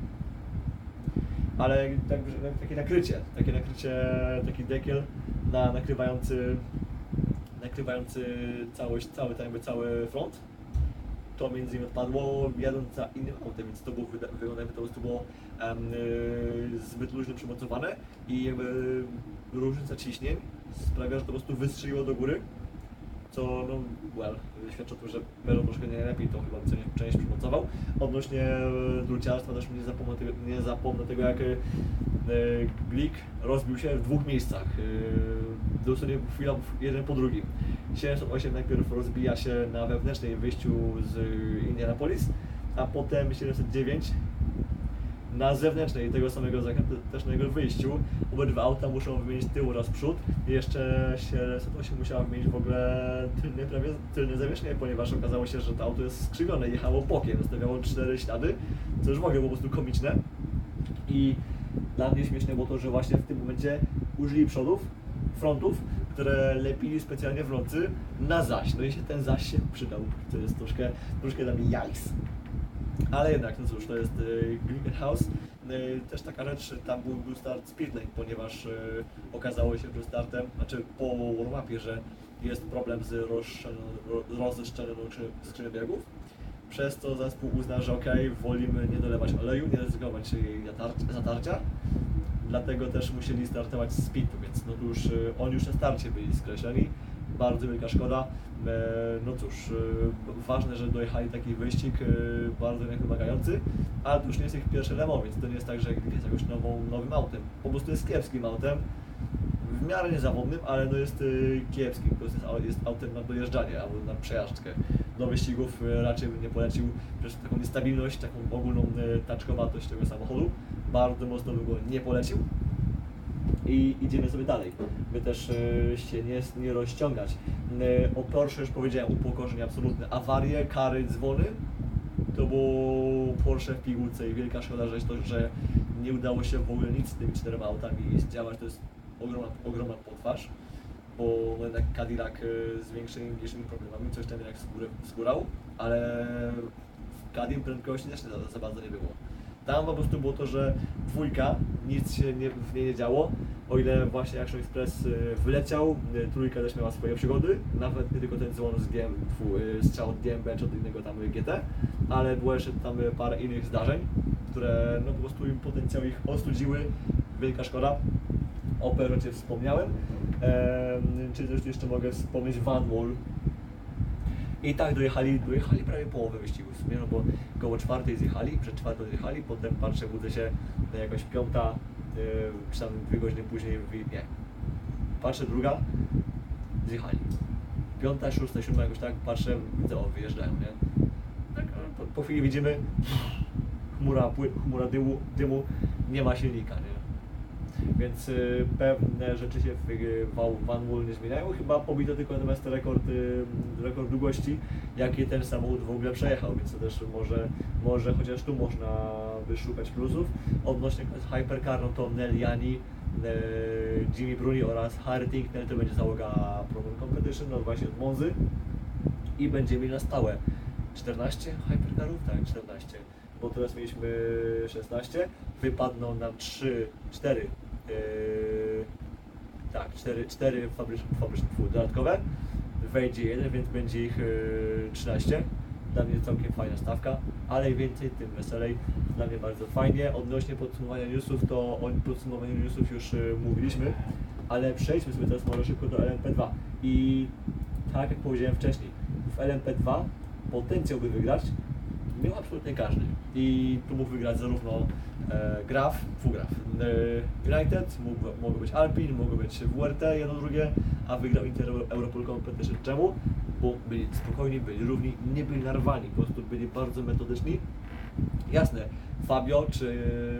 ale tak, takie nakrycie, takie nakrycie, taki dekiel na nakrywający, nakrywający całość, cały, jakby cały front. To między innymi odpadło, jadąc za innym autem, więc to było, wygląda jakby to po prostu było um, yy, zbyt luźno przymocowane i jakby różnica ciśnień sprawia, że to po prostu wystrzeliło do góry, co no, well, świadczy o tym, że Peugeot troszkę nie najlepiej tą chyba część, część przymocował. Odnośnie druciarstwa też nie zapomnę tego, nie zapomnę tego jak yy, Glick rozbił się w dwóch miejscach, yy, dosłownie chwila jeden po drugim. siedemset osiem najpierw rozbija się na wewnętrznej wyjściu z Indianapolis, a potem siedemset dziewięć na zewnętrznej tego samego zewnętrznego wyjściu. Obydwa auta muszą wymienić tył oraz przód. I jeszcze siedemset osiem musiała wymienić w ogóle tylne, prawie tylne zawieszenie, ponieważ okazało się, że to auto jest skrzywione, jechało bokiem, zostawiało cztery ślady, co już w ogóle było po prostu komiczne. I dla mnie śmieszne było to, że właśnie w tym momencie użyli przodów, frontów, które lepili specjalnie w nocy na zaś. No i się ten zaś się przydał. To jest troszkę, troszkę dla mnie jajs. Ale jednak, no cóż, to jest y, Glickenhaus. Y, też taka rzecz, tam był, był start speedlane, ponieważ y, okazało się przed startem, znaczy po warm-upie, że jest problem z rozszczelnioną skrzynią biegów. Przez to zespół uzna, że ok, wolimy nie dolewać oleju, nie ryzykować jej zatarcia. Dlatego też musieli startować z speedu, więc no to już y, oni już na starcie byli skreśleni. Bardzo wielka szkoda. E, no cóż, e, ważne, że dojechali taki wyścig, e, bardzo wymagający, ale to już nie jest ich pierwszy Le Mans, więc to nie jest tak, że jest jakimś nową, nowym autem. Po prostu jest kiepskim autem. w miarę niezawodnym, ale no jest y, kiepski, po prostu jest, jest autem na dojeżdżanie albo na przejażdżkę. Do wyścigów y, raczej bym nie polecił przez taką niestabilność, taką ogólną y, taczkowatość tego samochodu. Bardzo mocno bym go nie polecił. I idziemy sobie dalej, by też y, się nie, nie rozciągać. Y, o Porsche już powiedziałem, upokorzenie absolutne. Awarie, kary, dzwony. To było Porsche w pigułce i wielka szkoda, że to, że nie udało się w ogóle nic z tymi czterema autami zdziałać, to jest ogromna, ogromna potwarz, bo no jednak Cadillac z większymi, mniejszymi problemami coś tam jednak skórał, ale w Cadim prędkości też za, za bardzo nie było. Tam po prostu było to, że dwójka, nic się nie, w niej nie działo, o ile właśnie Action Express wyleciał, trójka też miała swoje przygody, nawet nie tylko ten dzwon z G M, strzał od G M B czy od innego tam G T, ale było jeszcze tam parę innych zdarzeń, które no po prostu im potencjał ich ostudziły, wielka szkoda. O Peugeotie wspomniałem, ehm, czy też jeszcze mogę wspomnieć Van Wall. I tak dojechali, dojechali prawie połowę wyścigu w sumie, no bo koło czwartej zjechali, przed czwartą zjechali, potem patrzę, budzę się na jakoś piąta, yy, czy tam dwie godziny później, nie, patrzę druga, zjechali. Piąta, szósta, siódma jakoś tak, patrzę, widzę, o, wyjeżdżają, nie? Tak, po, po chwili widzimy, chmura, chmura dymu, dymu, nie ma silnika, nie? Więc y, pewne rzeczy się w y, Van Wall nie zmieniają. Chyba pobito tylko natomiast rekord, y, rekord długości, jaki ten samochód w ogóle przejechał, więc to też może, może chociaż tu można wyszukać plusów. Odnośnie Hypercar, no to Nel Jani, y, Jimmy Bruni oraz Harry Tincknell to będzie załoga Program Competition, no właśnie od Monzy i będziemy mieli na stałe czternaście Hypercarów? Tak, czternaście. Bo teraz mieliśmy szesnaście, wypadną nam trzy, cztery, yy, tak, cztery, cztery fabryczne, fabryczne dodatkowe, wejdzie jeden, więc będzie ich yy, trzynaście. Dla mnie całkiem fajna stawka, ale im więcej, tym weselej. Dla mnie bardzo fajnie. Odnośnie podsumowania newsów, to o podsumowaniu newsów już yy, mówiliśmy, ale przejdźmy sobie teraz może szybko do L M P dwa. I tak jak powiedziałem wcześniej, w L M P dwa potencjał by wygrać miał absolutnie każdy i tu mógł wygrać zarówno e, Graf, Fugraf, e, United, mógł, mogło być Alpine, mogło być W R T, jedno drugie, a wygrał Inter Europol Competition. Czemu? Bo byli spokojni, byli równi, nie byli narwani, po prostu byli bardzo metodyczni. Jasne, Fabio czy,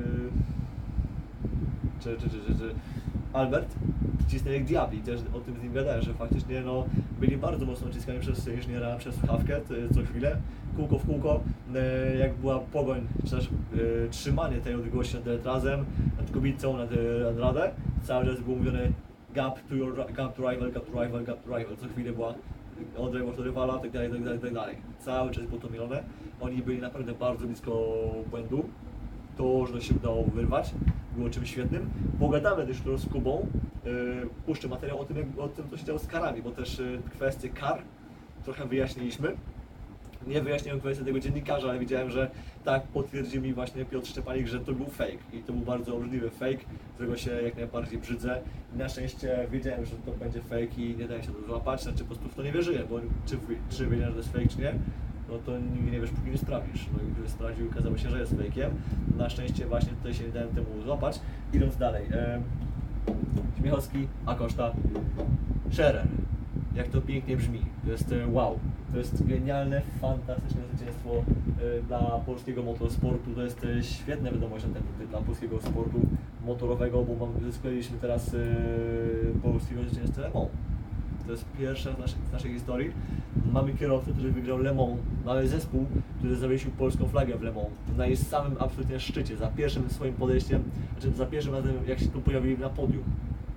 czy, czy, czy, czy, czy Albert cisnęli jak diabli, też o tym z nim gadałem, że faktycznie no, byli bardzo mocno naciskani przez inżyniera, przez słuchawkę co chwilę, kółko w kółko, e, jak była pogoń, czy też e, trzymanie tej odległości nad Deletrazem, nad Kubicą, nad Andrade, cały czas było mówione gap to your gap to rival, gap to rival, gap to rival, co chwilę była odległość do rywala, tak dalej, tak dalej, tak dalej. Cały czas było to mielone, oni byli naprawdę bardzo blisko błędu. To, że się udało wyrwać, było czymś świetnym. Pogadamy też z Kubą, yy, puszczę materiał o tym, jak, o tym, co się działo z karami, bo też yy, kwestię kar trochę wyjaśniliśmy. Nie wyjaśniłem kwestię tego dziennikarza, ale widziałem, że tak potwierdził mi właśnie Piotr Szczepanik, że to był fake i to był bardzo obrzydliwy fake, którego się jak najbardziej brzydzę. Na szczęście wiedziałem, że to będzie fake i nie daje się to złapać, znaczy po prostu w to nie wierzyłem, bo czy, czy wiedziałem, że to jest fake, czy nie, no to nigdy nie wiesz, póki nie sprawdzisz. No i gdy sprawdził, okazało się, że jest fake'iem. Na szczęście właśnie tutaj się nie dałem temu złapać. Idąc dalej. E, Śmiechowski, Acosta, Scherer. Jak to pięknie brzmi. To jest wow. To jest genialne, fantastyczne zwycięstwo e, dla polskiego motorsportu. To jest e, świetna wiadomość na ten dla polskiego sportu motorowego, bo mamy, zyskaliśmy teraz e, polskiego zwycięzcę Le Mans. To jest pierwsza w naszej, w naszej historii. Mamy kierowcę, który wygrał Le Mans. Mamy zespół, który zawiesił polską flagę w Le Mans. Na jej samym absolutnie szczycie, za pierwszym swoim podejściem, znaczy za pierwszym razem jak się tu pojawili na podium.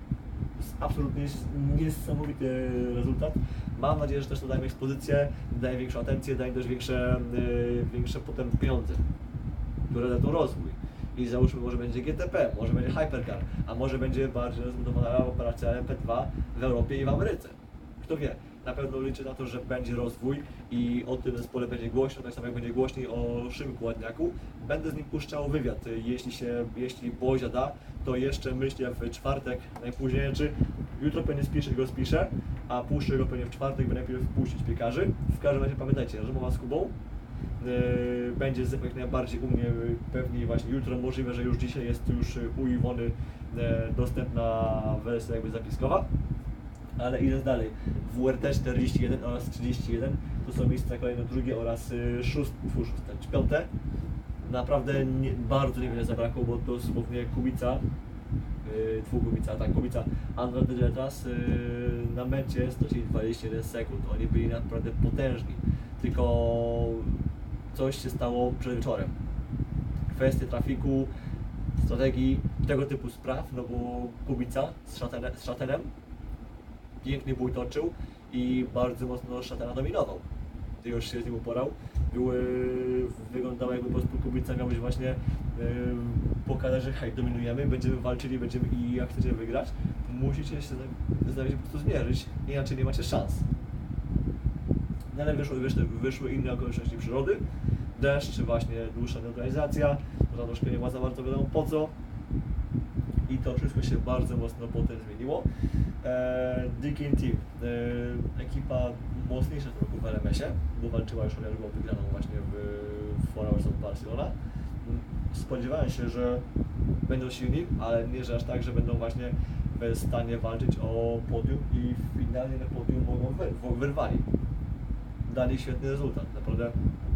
To jest absolutnie niesamowity rezultat. Mam nadzieję, że też to daje ekspozycję, daje większą atencję, daje też większe, yy, większe potem pieniądze, które dadzą rozwój. I załóżmy, może będzie G T P, może będzie Hypercar, a może będzie bardziej rozbudowana operacja L M P dwa w Europie i w Ameryce. Kto wie, na pewno liczę na to, że będzie rozwój i o tym zespole będzie głośno, tak samo jak będzie głośniej o Szymku Ładniaku. Będę z nim puszczał wywiad, jeśli się, jeśli Bozia da, to jeszcze myślę w czwartek najpóźniej, czy jutro pewnie spiszę go spiszę, a puszczę go pewnie w czwartek, by najpierw wpuścić piekarzy. W każdym razie pamiętajcie, rozmowa z Kubą, Yy, będzie z- jak najbardziej u mnie yy, pewnie właśnie jutro, możliwe, że już dzisiaj jest już yy, u Iwony yy, dostępna wersja jakby zapiskowa. Ale idąc dalej, W R T czterdzieści jeden oraz trzydzieści jeden to są miejsca kolejne drugie oraz yy, szóste, szóste czy piąte. Naprawdę nie, bardzo niewiele zabrakło, bo dosłownie Kubica, yy, twój Kubica, tak, Kubica, Andrade Letras yy, na mecie stracili dwadzieścia jeden sekund. Oni byli naprawdę potężni, tylko coś się stało przed wieczorem. Kwestie trafiku, strategii, tego typu spraw, no bo Kubica z, szatene, z Szatenem piękny bój toczył i bardzo mocno Szatena dominował. Ty już się z nim uporał. Były, wyglądało jakby po prostu Kubica miał być właśnie yy, pokazać, że hej, dominujemy, będziemy walczyli, będziemy i jak chcecie wygrać, musicie się znaleźć po prostu zmierzyć, inaczej nie macie szans. No ale wyszły, wyszły, wyszły inne okoliczności przyrody, deszcz, właśnie dłuższa neutralizacja, to troszkę nie ma za bardzo wiadomo po co. I to wszystko się bardzo mocno potem zmieniło. Eee, D K Team, eee, ekipa mocniejsza w roku w L M S ie, bo walczyła już o liczbę wygraną właśnie w, w four Hours of Barcelona. Spodziewałem się, że będą silni, ale nie, że aż tak, że będą właśnie w stanie walczyć o podium i finalnie na podium mogą wy, wyrwali. Dali świetny rezultat, naprawdę.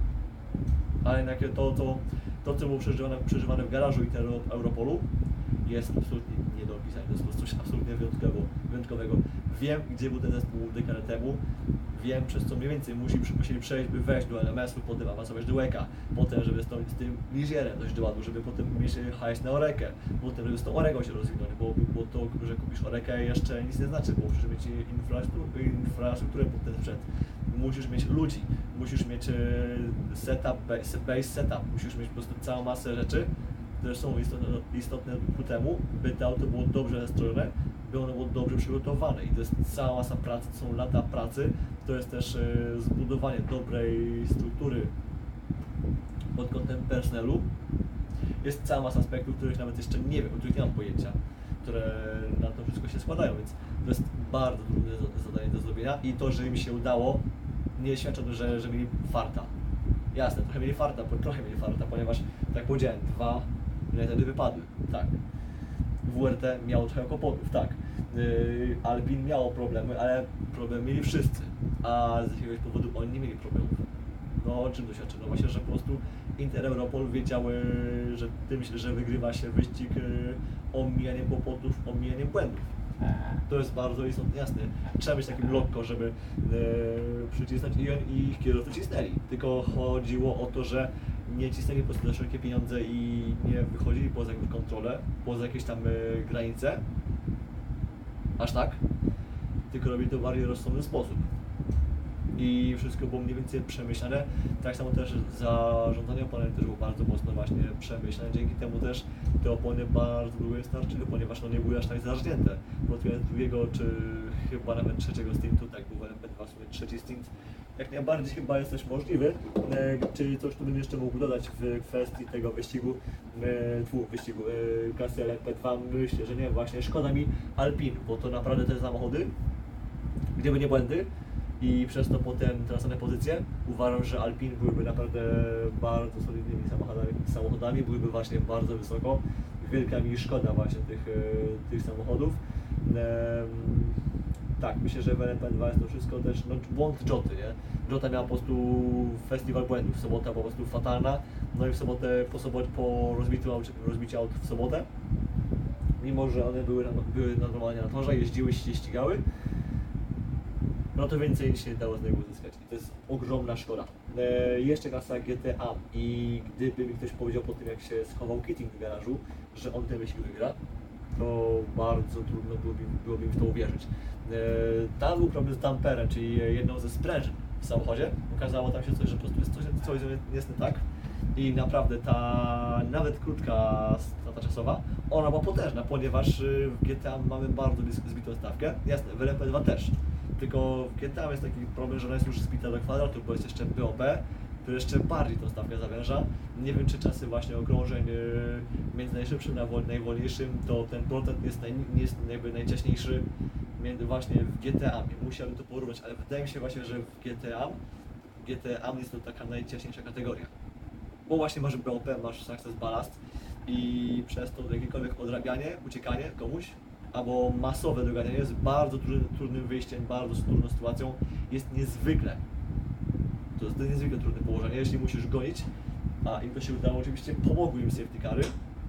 Ale jednak to, to, to co było przeżywane, przeżywane w garażu Interu Europolu, jest absolutnie nie do opisania. To jest po prostu coś absolutnie wyjątkowego, wyjątkowego. Wiem, gdzie był ten zespół dekadę temu, wiem, przez co mniej więcej musi, musieli przejść, by wejść do L M S u, potem awansować do Łeka, potem, żeby z, tą, z tym Ligierem dojść do ładu, żeby potem mieć hajs na Orekę, potem, żeby z tą Oreką się rozwinąć, bo, bo to, że kupisz Orekę jeszcze nic nie znaczy, bo musisz mieć infrastrukturę, infrastrukturę pod ten sprzęt. Musisz mieć ludzi, musisz mieć setup, base, base setup, musisz mieć po prostu całą masę rzeczy, które są istotne, istotne ku temu, by to auto było dobrze nastrojone, by ono było dobrze przygotowane i to jest cała masa pracy, to są lata pracy, to jest też e, zbudowanie dobrej struktury pod kątem personelu. Jest cała masa aspektów, których nawet jeszcze nie wiem, o których nie mam pojęcia, które na to wszystko się składają, więc to jest bardzo trudne zadanie do zrobienia i to, że im się udało, nie świadczy o tym, że, że mieli farta. Jasne, trochę mieli farta, bo trochę mieli farta, ponieważ, tak jak powiedziałem, dwa wtedy wypadły, tak. W R T miało trochę kłopotów, tak. Yy, Alpin miało problemy, ale problemy mieli wszyscy, a z jakiegoś powodu oni nie mieli problemów. No o czym to świadczy? No właśnie, że po prostu Inter Europol wiedziały, że tym, że wygrywa się wyścig yy, omijaniem kłopotów, omijaniem błędów. To jest bardzo istotne, jasne. Trzeba być takim lokko, żeby e, przycisnąć i, oni, i ich kierowcy cisnęli. Tylko chodziło o to, że nie cisnęli po prostu za wszelkie pieniądze i nie wychodzili poza jakąś kontrolę, poza jakieś tam e, granice. Aż tak. Tylko robili to w bardziej rozsądny sposób. I wszystko było mniej więcej przemyślane. Tak samo też zarządzanie oponami też było bardzo mocno właśnie przemyślane. Dzięki temu też te opony bardzo długo wystarczyły, ponieważ no nie były aż tak zażnięte. Pod koniec drugiego czy chyba nawet trzeciego stintu, tak był w L M P dwa w sumie trzeci stint, jak najbardziej chyba jest też możliwy. E, czy coś tu bym jeszcze mógł dodać w kwestii tego wyścigu, e, dwóch wyścigu e, klasy L M P dwa? Myślę, że nie, właśnie szkoda mi Alpin, bo to naprawdę te samochody, gdyby nie błędy, i przez to potem tracone pozycje, uważam, że Alpin byłyby naprawdę bardzo solidnymi samochodami, samochodami byłyby właśnie bardzo wysoko. Wielka mi szkoda właśnie tych, tych samochodów. Ehm, tak, myślę, że w L M P dwa jest to wszystko też no, błąd Joty, nie? Jota miała po prostu festiwal błędów, sobota po prostu fatalna, no i w sobotę po, sobot, po rozbiciu, rozbiciu aut w sobotę, mimo że one były, były normalnie na torze, jeździły się, ścigały, no to więcej się nie dało z niego uzyskać i to jest ogromna szkoda. E, jeszcze klasa G T A i gdyby mi ktoś powiedział po tym, jak się schował Keating w garażu, że on ten wyścig wygra, to bardzo trudno byłoby, byłoby mi w to uwierzyć. E, tam był problem z damperem, czyli jedną ze sprężyn w samochodzie. Okazało tam się coś, że po prostu jest coś, coś jest nie tak i naprawdę ta nawet krótka strata czasowa, ona była potężna, ponieważ w G T A mamy bardzo zbitą stawkę, jasne, w L M P dwa też. Tylko w G T A jest taki problem, że ona jest już zbita do kwadratu, bo jest jeszcze B O P, który jeszcze bardziej tą stawkę zawęża. Nie wiem, czy czasy właśnie okrążeń między najszybszym a najwolniejszym, to ten procent jest, naj, nie jest jakby najciaśniejszy między właśnie w G T A. Musiałbym to porównać, ale wydaje mi się właśnie, że w G T A G T A jest to taka najcięższa kategoria. Bo właśnie masz B O P, masz Success Ballast i przez to jakiekolwiek odrabianie, uciekanie komuś, albo masowe doganianie jest bardzo trudnym, trudnym wyjściem, bardzo trudną sytuacją, jest niezwykle, to jest niezwykle trudne położenie, jeśli musisz gonić, a im to się udało, oczywiście pomogły im safety cary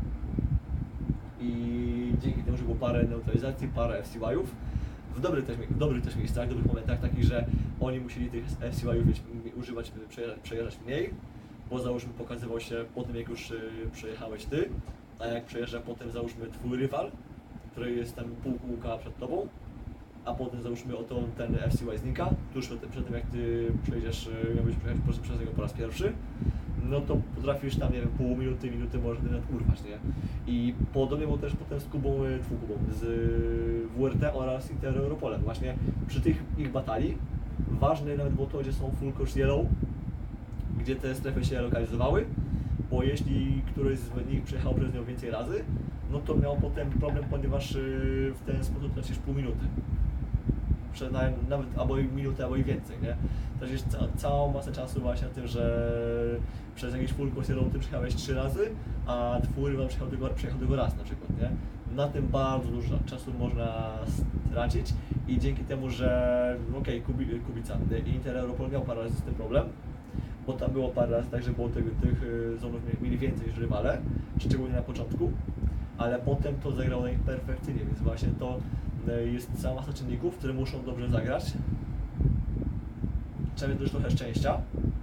i dzięki temu, że było parę neutralizacji, parę F C Y-ów, w dobrych też, w dobrych też miejscach, w dobrych momentach takich, że oni musieli tych F C Y-ów używać, przejeżdżać, przejeżdżać mniej, bo załóżmy pokazywał się po tym, jak już y, przejechałeś ty, a jak przejeżdża potem załóżmy twój rywal, który jest tam pół kółka przed tobą, a potem załóżmy oto ten F C Y znika, tuż przed, przed tym jak ty przejdziesz, miałbyś przejechać przez niego po raz pierwszy, no to potrafisz tam, nie wiem, pół minuty, minuty możesz nawet urwać, nie? I podobnie było też potem z Kubą, twój Kubą, z W R T oraz Inter Europolem. Właśnie przy tych ich batalii ważne nawet było to, gdzie są full course yellow, gdzie te strefy się lokalizowały, bo jeśli któryś z nich przejechał przez nią więcej razy, no to miał potem problem, ponieważ w ten sposób tracisz pół minuty. Nawet albo i minutę, albo i więcej, nie? Tracisz ca całą masę czasu właśnie na tym, że przez jakiś full course ty przejechałeś trzy razy, a twój rywal przejechał tylko, przejechał tylko raz na przykład, nie? Na tym bardzo dużo czasu można stracić i dzięki temu, że okej, okay, Kubi, Kubica i Inter Europol miał parę razy z tym problem, bo tam było parę razy tak, że było tych, tych zonów mieli więcej niż rywale, szczególnie na początku, ale potem to zagrało na nich perfekcyjnie, więc właśnie to jest cała masa czynników, które muszą dobrze zagrać. Trzeba mieć też trochę szczęścia,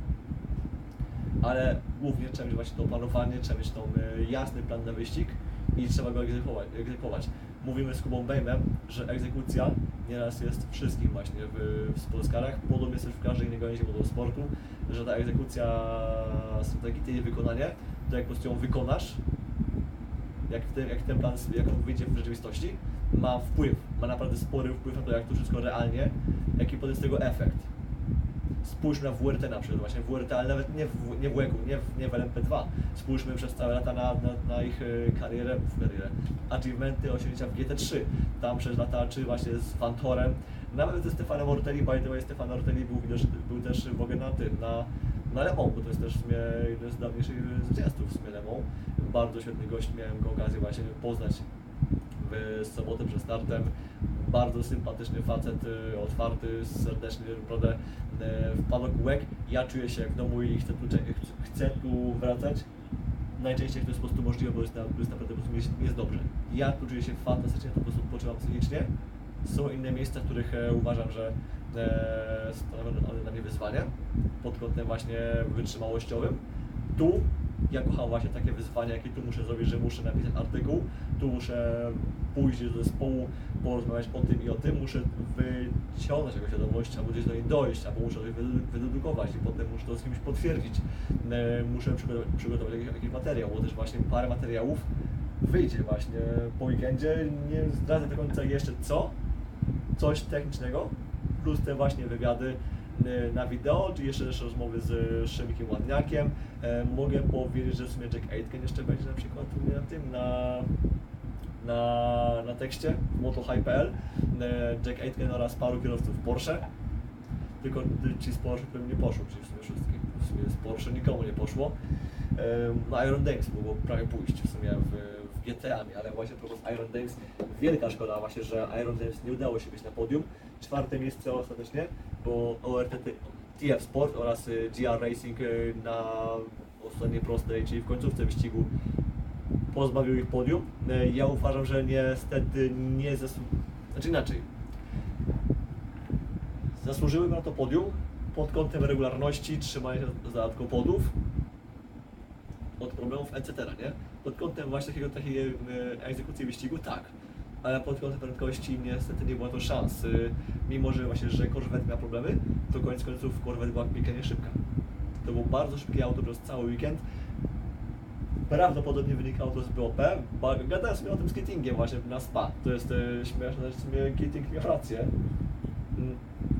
ale głównie trzeba mieć właśnie to opanowanie, trzeba mieć tą jasny plan na wyścig i trzeba go egzekwować. egzekwować. Mówimy z Kubą Bejmem, że egzekucja nieraz jest wszystkim właśnie w, w sportskarach, podobnie jest też w każdej innej gałęzi motorsportu, że ta egzekucja strategii, jej wykonanie, to jak po prostu ją wykonasz, jak ten, jak ten plan, jak on wyjdzie w rzeczywistości, ma wpływ, ma naprawdę spory wpływ na to, jak to wszystko realnie, jaki potem z tego efekt. Spójrzmy na W R T na przykład, właśnie W R T, ale nawet nie w, nie w łeku, nie w, nie w L M P dwa. Spójrzmy przez całe lata na, na, na ich karierę, w karierę, achievementy, osiągnięcia w G T trzy. Tam przez lata, czy właśnie z Vantorem, nawet ze Stefanem Ortelli, by the way, Stefan Ortelli był, był też w ogóle na tym, na, na Le Mans, bo to jest też w sumie jeden z dawniejszych zwycięzców w sumie Le Mans. Bardzo świetny gość, miałem go okazję właśnie poznać w sobotę przed startem. Bardzo sympatyczny facet, otwarty, serdeczny, naprawdę wpadł łek. Ja czuję się jak w domu i chcę tu, chcę tu wracać. Najczęściej to jest po prostu możliwe, bo jest, na, jest naprawdę po prostu jest, jest dobrze. Ja tu czuję się fantastycznie, to po prostu poczywam psychicznie. Są inne miejsca, w których uważam, że e, stanowią dla mnie wyzwanie pod kątem właśnie wytrzymałościowym. Tu ja kocham właśnie takie wyzwania, jakie tu muszę zrobić, że muszę napisać artykuł, tu muszę pójść do zespołu, porozmawiać o tym i o tym, muszę wyciągnąć jakąś wiadomość, albo gdzieś do niej dojść, albo muszę coś wydedukować i potem muszę to z kimś potwierdzić. Muszę przygotować, przygotować jakiś, jakiś materiał, bo też właśnie parę materiałów wyjdzie właśnie po weekendzie, nie zdradzę do końca jeszcze co, coś technicznego, plus te właśnie wywiady na wideo, czy jeszcze też rozmowy z Szymkiem Ładniakiem. E, mogę powiedzieć, że w sumie Jack Aitken jeszcze będzie na przykład na tym, na, na, na tekście motohype kropka p l. E, Jack Aitken oraz paru kierowców Porsche. Tylko ci z Porsche, którym nie poszło, czyli w sumie wszystkim. W sumie z Porsche nikomu nie poszło. E, no Iron Dames mogło prawie pójść w sumie w, w G T A, ale właśnie propos Iron Dames, wielka szkoda właśnie, że Iron Dames nie udało się być na podium. Czwarte miejsce ostatecznie, bo O R T T F Sport oraz G R Racing na ostatniej prostej, czyli w końcówce wyścigu pozbawił ich podium. Ja uważam, że niestety nie zasłużyły, znaczy inaczej, zasłużyły na to podium pod kątem regularności, trzymania się za podów, od problemów, et cetera, nie? Pod kątem właśnie takiego, takiej egzekucji wyścigu, tak. Ale pod kątem prędkości niestety nie było to szans. Mimo, że właśnie, że Corvette miał problemy, to koniec końców Corvette była piekielnie szybka. To było bardzo szybkie auto przez cały weekend. Prawdopodobnie wynikało to z B O P. Gadałem sobie o tym z Keatingiem właśnie na Spa. To jest e, śmieszne, że w sumie Keating miał rację. Hmm.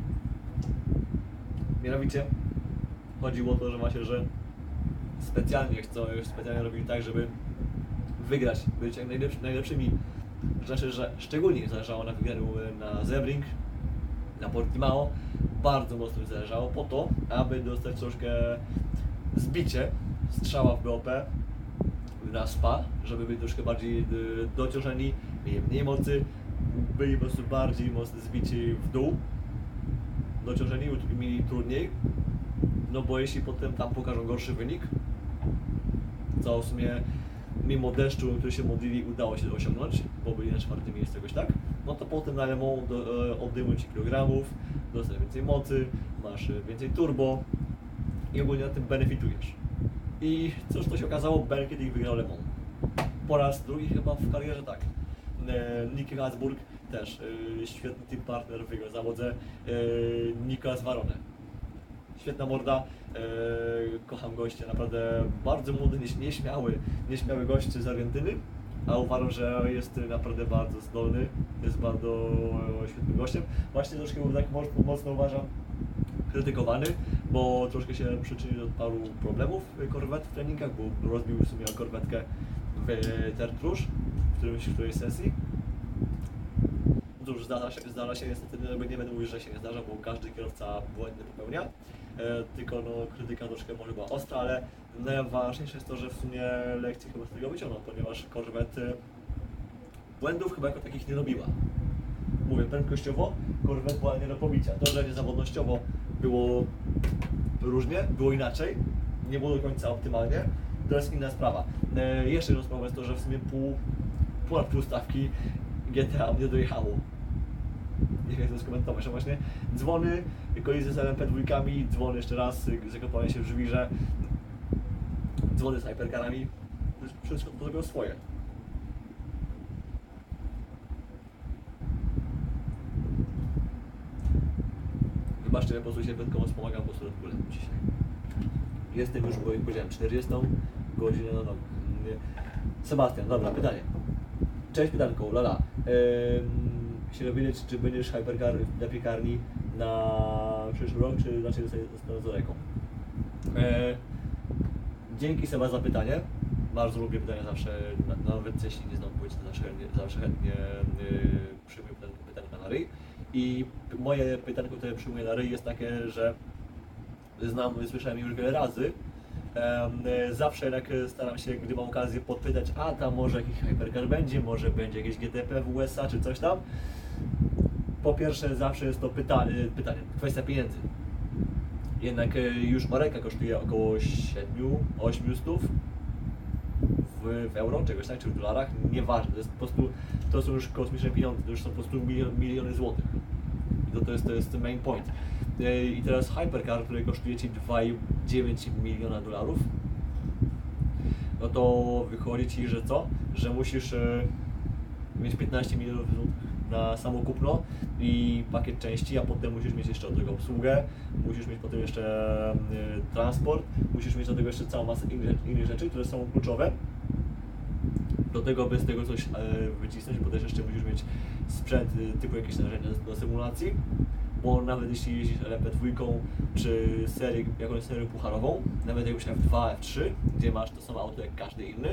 Mianowicie chodziło o to, że właśnie, że specjalnie chcą, specjalnie robili tak, żeby wygrać, być jak najlepszy, najlepszymi. Znaczy, że szczególnie zależało na wygraniu na Sebring, na Portimao, bardzo mocno mi zależało po to, aby dostać troszkę zbicie strzała w B O P na spa, żeby byli troszkę bardziej dociążeni, mieli mniej mocy, byli po prostu bardziej mocno zbici w dół, dociążeni i mieli trudniej, no bo jeśli potem tam pokażą gorszy wynik, co w sumie mimo deszczu, który się modlili, udało się osiągnąć, bo byli na czwartym miejscu jakoś tak, no to potem na Le Mans odejmują ci kilogramów, dostajesz więcej mocy, masz więcej turbo i ogólnie na tym benefitujesz. I cóż to się okazało, Ben kiedyś wygrał Le Mans. Po raz drugi chyba w karierze, tak. Nicky Hasburg też, świetny team partner w jego zawodze, Nicolas Varone. Świetna morda, kocham goście, naprawdę bardzo młody, nieśmiały, nieśmiały gość z Argentyny, a uważam, że jest naprawdę bardzo zdolny, jest bardzo świetnym gościem. Właśnie troszkę był tak mocno uważam krytykowany, bo troszkę się przyczynił do paru problemów korwet w treningach, bo rozbił w sumie korwetkę w Tertrusz w którymś w którejś sesji. Cóż, zdarza się, zdarza się niestety, nie będę mówił, że się nie zdarza, bo każdy kierowca błędy popełnia, e, tylko no, krytyka troszkę może była ostra, ale najważniejsze jest to, że w sumie lekcje chyba z tego wyciągnął, ponieważ korwet błędów chyba jako takich nie robiła. Mówię, prędkościowo korwet była nie do pobicia. To, że niezawodnościowo było różnie, było inaczej, nie było do końca optymalnie, to jest inna sprawa. E, jeszcze jedną sprawą jest to, że w sumie pół, ponad pół stawki G T A mnie dojechało. Nie wiem jak to skomentować, a właśnie dzwony, kolizje z L M P dwa, dzwony jeszcze raz, zakopanie się w żwirze, dzwony z hypercarami, wszystko to zrobiło swoje. Wybaczcie, ja po prostu się wyjątkowo wspomagam, po prostu Red Bullem dzisiaj. Jestem już, bo jak powiedziałem, czterdziestą godzinę na nogę. Sebastian, dobra, pytanie. Cześć pytanko, lala. Ehm, chciałem wiedzieć, czy będziesz hypercar na piekarni na przyszły rok, czy raczej zostanę z daleko? Ehm, dzięki Seba za pytanie. Bardzo lubię pytania zawsze, nawet jeśli nie znam odpowiedzi, to zawsze, zawsze chętnie yy, przyjmuję pytania na ryj. I moje pytanko, które przyjmuję na ryj jest takie, że znam, słyszałem już wiele razy. Zawsze jednak staram się, gdy mam okazję podpytać, a tam może jakiś hypercar będzie, może będzie jakieś G T P w U S A czy coś tam. Po pierwsze zawsze jest to pyta pytanie, kwestia pieniędzy. Jednak już Mareka kosztuje około siedmiu ośmiu stów w, w euro, czegoś tak, czy w dolarach, nieważne, to jest po prostu, to są już kosmiczne pieniądze, to już są po prostu milion, miliony złotych. I to, to, jest, to jest main point. I teraz hypercar, który kosztuje Ci dwa i dziewięć miliona dolarów, no to wychodzi Ci, że co? Że musisz e, mieć piętnaście milionów na samo kupno i pakiet części, a potem musisz mieć jeszcze od tego obsługę, musisz mieć potem jeszcze e, transport, musisz mieć do tego jeszcze całą masę innych, innych rzeczy, które są kluczowe. Do tego, by z tego coś e, wycisnąć, bo też jeszcze musisz mieć sprzęt typu jakieś narzędzia do symulacji, bo nawet jeśli jeździsz L M P dwa czy serię, jakąś serię pucharową, nawet jak już F dwa, F trzy, gdzie masz to samo auto jak każdy inny,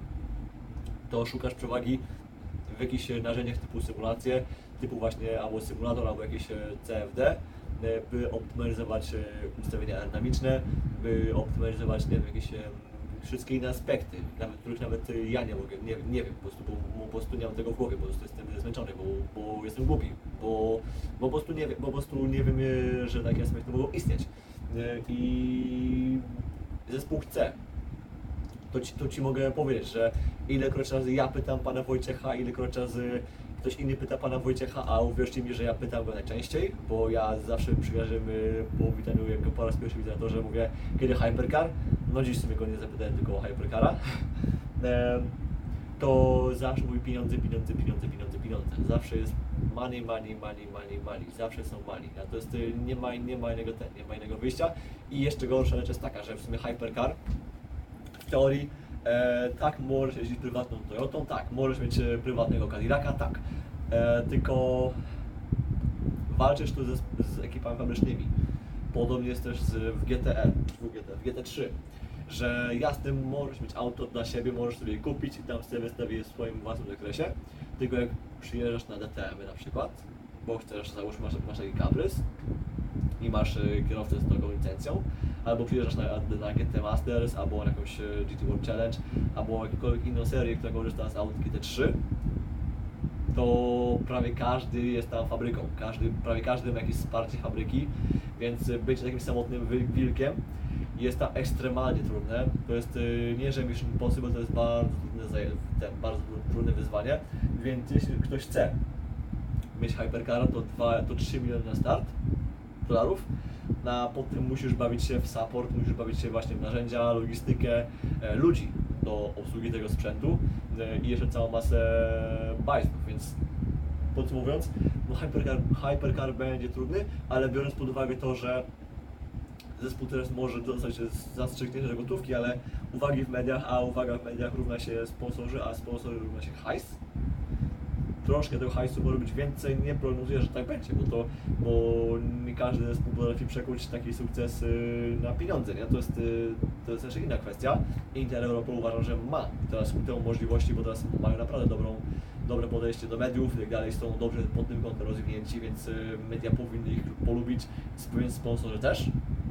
to szukasz przewagi w jakichś narzędziach typu symulacje, typu właśnie albo symulator, albo jakieś C F D, by optymalizować ustawienia aerodynamiczne, by optymalizować, nie wiem, jakieś wszystkie inne aspekty, nawet, których nawet ja nie mogę, nie, nie wiem, po prostu, bo, bo po prostu nie mam tego w głowie, po prostu jestem zmęczony, bo, bo jestem głupi, bo, bo, po prostu nie, bo po prostu nie wiem, że takie aspekty mogą istnieć. I zespół chce. To ci, to ci mogę powiedzieć, że ilekroć razy ja pytam pana Wojciecha, ilekroć razy ktoś inny pyta pana Wojciecha, a uwierzcie mi, że ja pytam go najczęściej, bo ja zawsze przy każdym po witaniu, jak go po raz pierwszy widzę na torze, mówię, kiedy hypercar? No dziś sobie go nie zapytałem, tylko o hypercara. To zawsze mówi pieniądze, pieniądze, pieniądze, pieniądze, pieniądze. Zawsze jest money, money, money, money, money. Zawsze są money. A to jest, nie ma, nie ma innego ten, nie ma innego wyjścia. I jeszcze gorsza rzecz jest taka, że w sumie hypercar w teorii e, tak możesz jeździć prywatną Toyotą, tak, możesz mieć prywatnego Cadillaca, tak. E, tylko walczysz tu ze, z ekipami fabrycznymi. Podobnie jest też z, w G T E, w, G T, w G T trzy, że jasne, możesz mieć auto dla siebie, możesz sobie je kupić i tam sobie wystawić w swoim własnym zakresie, tylko jak przyjeżdżasz na D T M y na przykład, bo chcesz, załóżmy, masz, masz taki kaprys, i masz y, kierowcę z taką licencją, albo przyjeżdżasz na, na G T Masters, albo na jakąś y, G T World Challenge, albo jakąkolwiek inną serię, która korzysta z aut G T trzy, to prawie każdy jest tam fabryką, każdy, prawie każdy ma jakieś wsparcie fabryki, więc y, bycie takim samotnym wy- wilkiem jest tam ekstremalnie trudne. To jest y, nie, że Mission Impossible to jest bardzo trudne, zaje- te, bardzo trudne wyzwanie, więc jeśli ktoś chce mieć Hypercara, to, dwa, to trzy miliony na start dolarów. Na potem musisz bawić się w support, musisz bawić się właśnie w narzędzia, logistykę, e, ludzi do obsługi tego sprzętu e, i jeszcze całą masę bajzów, więc podsumowując, no Hypercar, Hypercar będzie trudny, ale biorąc pod uwagę to, że zespół teraz może dostać zastrzygnięte gotówki, ale uwagi w mediach, a uwaga w mediach równa się sponsorzy, a sponsorzy równa się hajs. Troszkę tego hajsu może być więcej, nie prognozuję, że tak będzie, bo to, bo nie każdy zespół potrafi przekuć taki sukces y, na pieniądze, nie? To jest, y, to jest jeszcze inna kwestia. Intel Europa uważam, że ma teraz ku temu możliwości, bo teraz mają naprawdę dobrą, dobre podejście do mediów i tak dalej, są dobrze pod tym kątem rozwinięci, więc y, media powinny ich polubić, więc sponsorzy też.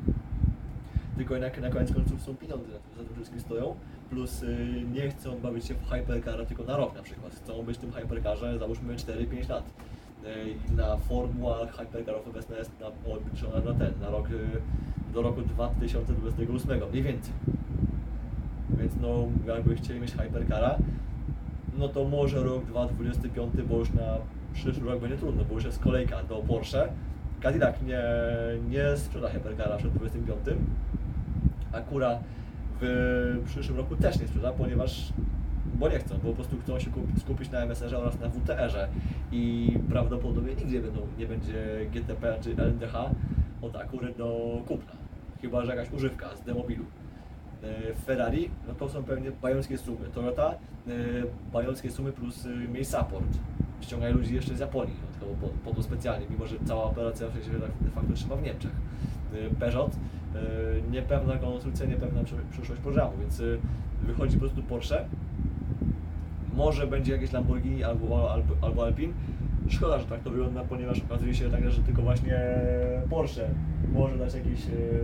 Tylko jednak na koniec końców są pieniądze, za tym wszystkim stoją, plus y, nie chcą bawić się w Hypercara tylko na rok na przykład, chcą być w tym Hypercarze załóżmy cztery pięć lat. Y, na formuła Hypercarów obecna jest na, obliczona na ten, na rok, y, do roku dwa tysiące dwudziestego ósmego, mniej więcej. Więc no, jakby chcieli mieć Hypercara, no to może rok dwa tysiące dwudziesty piąty, bo już na przyszły rok będzie trudno, bo już jest kolejka do Porsche. Cadillac nie, nie sprzeda Hypercara przed dwudziestym piątym. Acura w przyszłym roku też nie sprzeda, ponieważ, bo nie chcą, bo po prostu chcą się kupić, skupić na M S R-ze oraz na W T R-ze i prawdopodobnie nigdzie będą, nie będzie G T P czy L N D H od Acury do kupna, chyba że jakaś używka z demobilu. Ferrari, no to są pewnie bajońskie sumy, Toyota, bajońskie sumy plus miej support. Ściągają ludzi jeszcze z Japonii, no, po, po to specjalnie, mimo że cała operacja w sensie de facto trzyma w Niemczech. Peugeot, niepewna konstrukcja, niepewna przyszłość programu, więc wychodzi po prostu Porsche. Może będzie jakieś Lamborghini albo, albo, albo Alpine. Szkoda, że tak to wygląda, ponieważ okazuje się tak, że tylko właśnie Porsche może dać jakiś...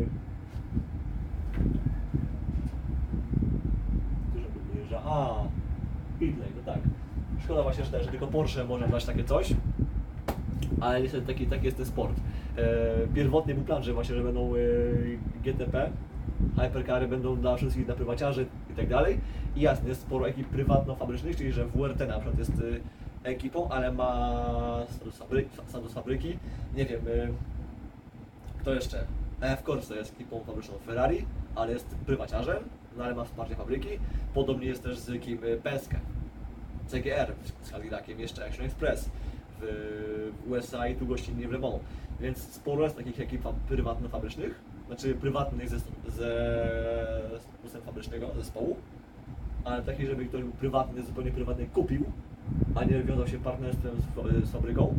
Dużo wyjeżdża. A, Pitley, no tak. Szkoda właśnie, że, że tylko Porsche może dać takie coś, ale niestety taki, taki jest ten sport. E, pierwotnie był plan, że właśnie, że będą e, G T P, Hypercary będą dla wszystkich, dla prywaciarzy i tak dalej. I jasne, jest sporo ekip prywatno-fabrycznych, czyli że W R T na przykład jest e, ekipą, ale ma status fabryki, status fabryki. Nie wiem, e, kto jeszcze? E F Corse jest ekipą fabryczną Ferrari, ale jest prywaciarzem, no ale ma wsparcie fabryki. Podobnie jest też z kim Penske, C G R z Cadillaciem, jeszcze Action Express w U S A i tu gościnnie w Le Mans. Więc sporo jest takich ekip prywatno-fabrycznych, znaczy prywatnych ze, ze statusem fabrycznego zespołu, ale takich, żeby ktoś był prywatny, zupełnie prywatny kupił, a nie wiązał się partnerstwem z, z fabryką,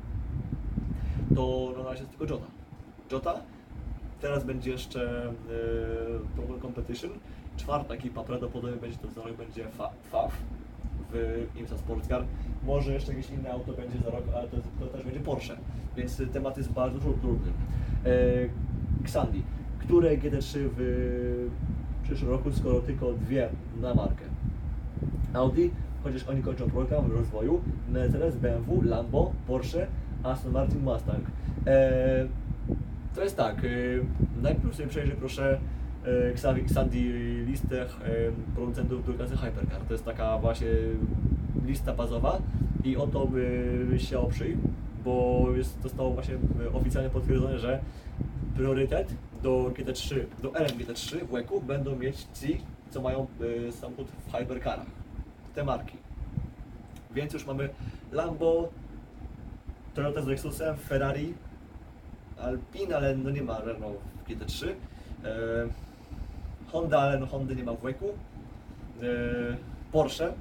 to no, na razie jest tylko Jota. Jota. Teraz będzie jeszcze y, Pro Competition. Czwarta ekipa prawdopodobnie będzie to za rok będzie F A W w IMSA Sportscar. Może jeszcze jakieś inne auto będzie za rok, ale to, to też będzie Porsche, więc temat jest bardzo trudny. Y, Xandi. Które G T trzy w przyszłym roku, skoro tylko dwie na markę? Audi, chociaż oni kończą program rozwoju, Mercedes, B M W, Lambo, Porsche, Aston Martin, Mustang. E, to jest tak, e, najpierw sobie przejrzę proszę e, Xandi listę e, producentów do klasy Hypercar. To jest taka właśnie lista bazowa i o to by się oprzyj, bo jest, zostało właśnie oficjalnie potwierdzone, że priorytet do G T trzy, do L M G T trzy w łeku będą mieć ci, co mają y, samochód w Hypercarach, te marki. Więc już mamy Lambo, Toyota z Lexusem, Ferrari, Alpine, ale no nie ma Renault w G T trzy, y, Honda, ale no Hondy nie ma w łeku, y, Porsche.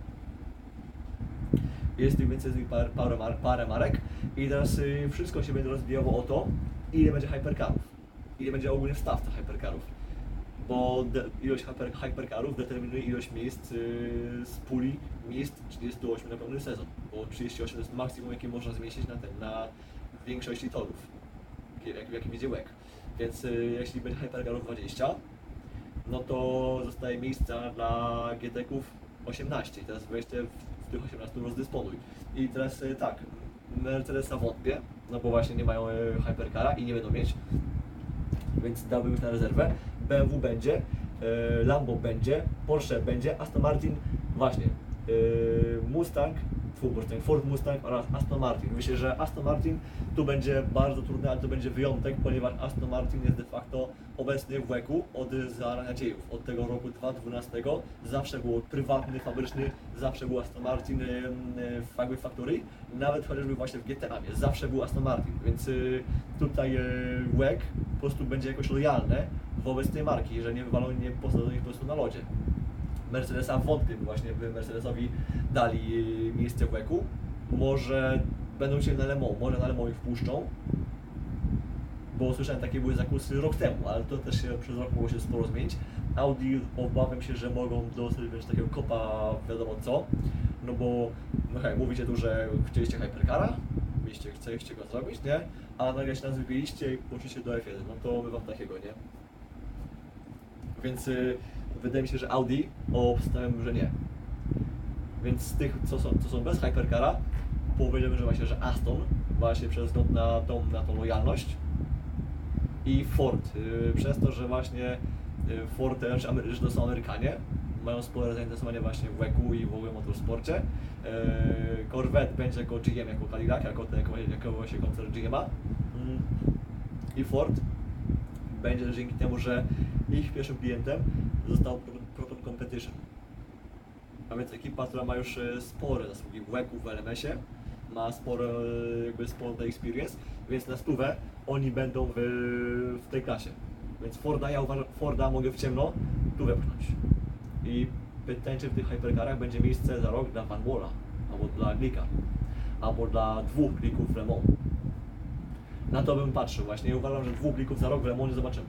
Jest tych więcej z nich parę, parę, mar parę marek i teraz y, wszystko się będzie rozbijało o to, ile będzie hypercarów, ile będzie ogólnie w stawce hypercarów, bo ilość hyper hypercarów determinuje ilość miejsc yy, z puli miejsc trzydzieści osiem na pełny sezon, bo trzydzieści osiem to jest maksimum, jakie można zmieścić na ten, na większości torów jaki, jaki, jaki wiedzie łek. Więc y, jeśli będzie Hypercarów dwadzieścia, no to zostaje miejsca dla G T Ków osiemnaście i teraz weź te w, w tych osiemnastu rozdysponuj. I teraz y, tak, Mercedesa wątpię, no bo właśnie nie mają y, Hypercara i nie będą mieć, więc dałbym ich na rezerwę. B M W będzie, y, Lambo będzie, Porsche będzie, Aston Martin właśnie, y, Mustang, Mustang, Ford Mustang oraz Aston Martin. Myślę, że Aston Martin tu będzie bardzo trudny, ale to będzie wyjątek, ponieważ Aston Martin jest de facto obecny w łeku od zarania dziejów. Od tego roku dwa tysiące dwunastego zawsze był prywatny, fabryczny, zawsze był Aston Martin w jakby factory, nawet chociażby właśnie w G T A zawsze był Aston Martin, więc tutaj łek po prostu będzie jakoś lojalne wobec tej marki, że nie wywalą, nie posadzą ich po prostu na lodzie. Mercedesa wątpię, właśnie by Mercedesowi dali miejsce w łeku. Może będą chcieli na Le Mans, może na Le Mans ich wpuszczą, bo słyszałem, takie były zakusy rok temu, ale to też się przez rok mogło się sporo zmienić. Audi obawiam się, że mogą dostać będzie takiego kopa wiadomo co, no bo no hej, mówicie tu, że chcieliście Hypercara, mieliście, chcieliście go zrobić, nie? A nagle się nas wybiliście i poszliście do F jeden, no to my wam takiego, nie? Więc y, wydaje mi się, że Audi obstawiam, że nie. Więc z tych, co są, co są bez Hypercara, powiedziemy, że właśnie, że Aston, właśnie przez wzgląd na tą, na tą lojalność, i Ford, yy, przez to, że właśnie yy, Ford, znaczy, Amery że to są Amerykanie, mają spore zainteresowanie właśnie w łeku i w ogóle motorsporcie. Yy, Corvette będzie jako G M, jako Cadillac, jako, jako, jako właśnie koncern G M a. Yy. I Ford będzie dzięki temu, że ich pierwszym klientem został Proton Competition. A więc ekipa, która ma już spore zasługi w łeku, w L M S-ie, ma sporo, jakby sporo experience, więc na stówę oni będą w, w tej klasie. Więc Forda, ja uważam, Forda mogę w ciemno tu wepchnąć. I pytanie, czy w tych Hypercarach będzie miejsce za rok dla Van Walla, albo dla Glicka, albo dla dwóch Glicków w Le Mans. Na to bym patrzył właśnie. Ja uważam, że dwóch Glicków za rok w Le Mans nie zobaczymy.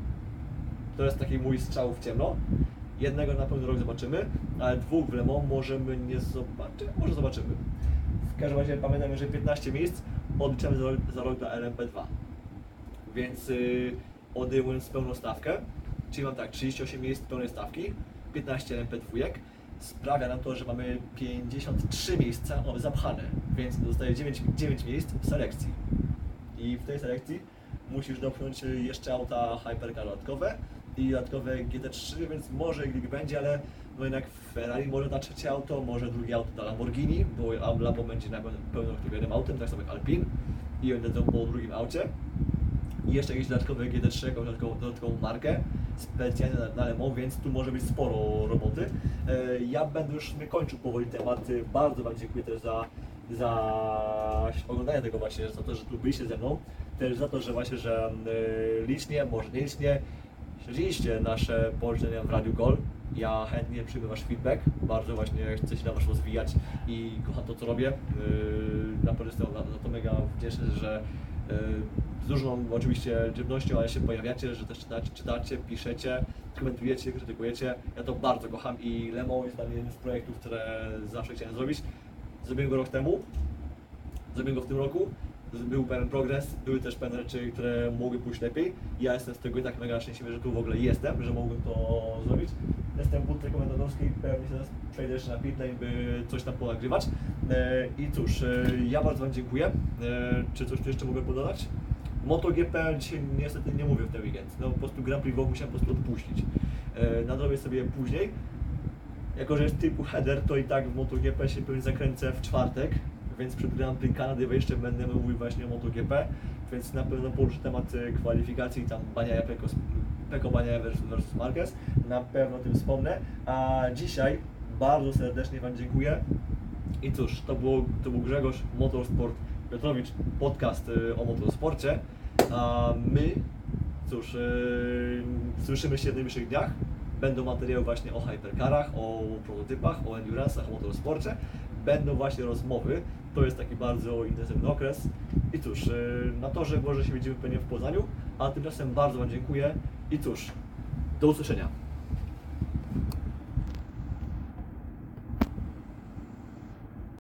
To jest taki mój strzał w ciemno. Jednego na pewno rok zobaczymy, ale dwóch w Le Mans możemy nie zobaczyć, może zobaczymy. W każdym razie pamiętam, że piętnaście miejsc odliczamy za rok, za rok dla L M P dwa. Więc yy, odejmując pełną stawkę, czyli mam tak, trzydzieści osiem miejsc pełnej stawki, piętnaście L M P dwa, sprawia nam to, że mamy pięćdziesiąt trzy miejsca zapchane, więc zostaje dziewięć, dziewięć miejsc w selekcji. I w tej selekcji musisz dopchnąć jeszcze auta Hypercar dodatkowe i dodatkowe G T trzy, więc może Glick będzie, ale no jednak Ferrari może da trzecie auto, może drugie auto da Lamborghini, bo Lambo będzie na pewno jednym autem, tak samo jak Alpine i oni dadzą po drugim aucie. I jeszcze jakieś dodatkowe G T trzy, jakąś dodatkową, dodatkową markę specjalnie na, na Le Mans, więc tu może być sporo roboty. E, ja będę już kończył powoli temat. Bardzo Wam dziękuję też za, za oglądanie tego właśnie, za to, że tu byliście ze mną. Też za to, że właśnie, że e, licznie, może nie licznie, śledziliście nasze połączenia w Radiu Gol. Ja chętnie przyjmę Wasz feedback, bardzo właśnie chcę się dla Was rozwijać i kocham to, co robię. Yy, naprawdę jestem za, za to mega wdzięczny, że yy, z dużą oczywiście dzielnością, ale się pojawiacie, że też czytacie, czytacie, piszecie, komentujecie, krytykujecie. Ja to bardzo kocham i Le Mans jest dla mnie jednym z projektów, które zawsze chciałem zrobić. Zrobiłem go rok temu, zrobiłem go w tym roku. Był pewien progres, były też pewne rzeczy, które mogły pójść lepiej. Ja jestem z tego i tak mega szczęśliwy, że tu w ogóle jestem, że mogłem to zrobić. Jestem w budce komentatorskiej, pewnie teraz przejdę jeszcze na pitlane, by coś tam ponagrywać. I cóż, ja bardzo Wam dziękuję. Czy coś tu jeszcze mogę podać? MotoGP dzisiaj niestety nie mówię w ten weekend. No po prostu Grand Prix Vogue musiałem po prostu odpuścić. Nadrobię sobie później. Jako że jest typu header, to i tak w MotoGP się pewnie zakręcę w czwartek. Więc przed Grand Prix Kanady jeszcze będę mówił właśnie o MotoGP, więc na pewno poruszę temat kwalifikacji, tam Bagnaia, Pecco Bagnaia versus, versus Marquez, na pewno o tym wspomnę, a dzisiaj bardzo serdecznie Wam dziękuję i cóż, to, było, to był Grzegorz Motorsport Piotrowicz, podcast o motorsporcie, a my, cóż, yy, słyszymy się w najbliższych dniach. Będą materiały właśnie o hypercarach, o prototypach, o endurance'ach, o motorsporcie. Będą właśnie rozmowy. To jest taki bardzo intensywny okres. I cóż, na torze może się widzimy pewnie w Poznaniu, a tymczasem bardzo Wam dziękuję i cóż, do usłyszenia.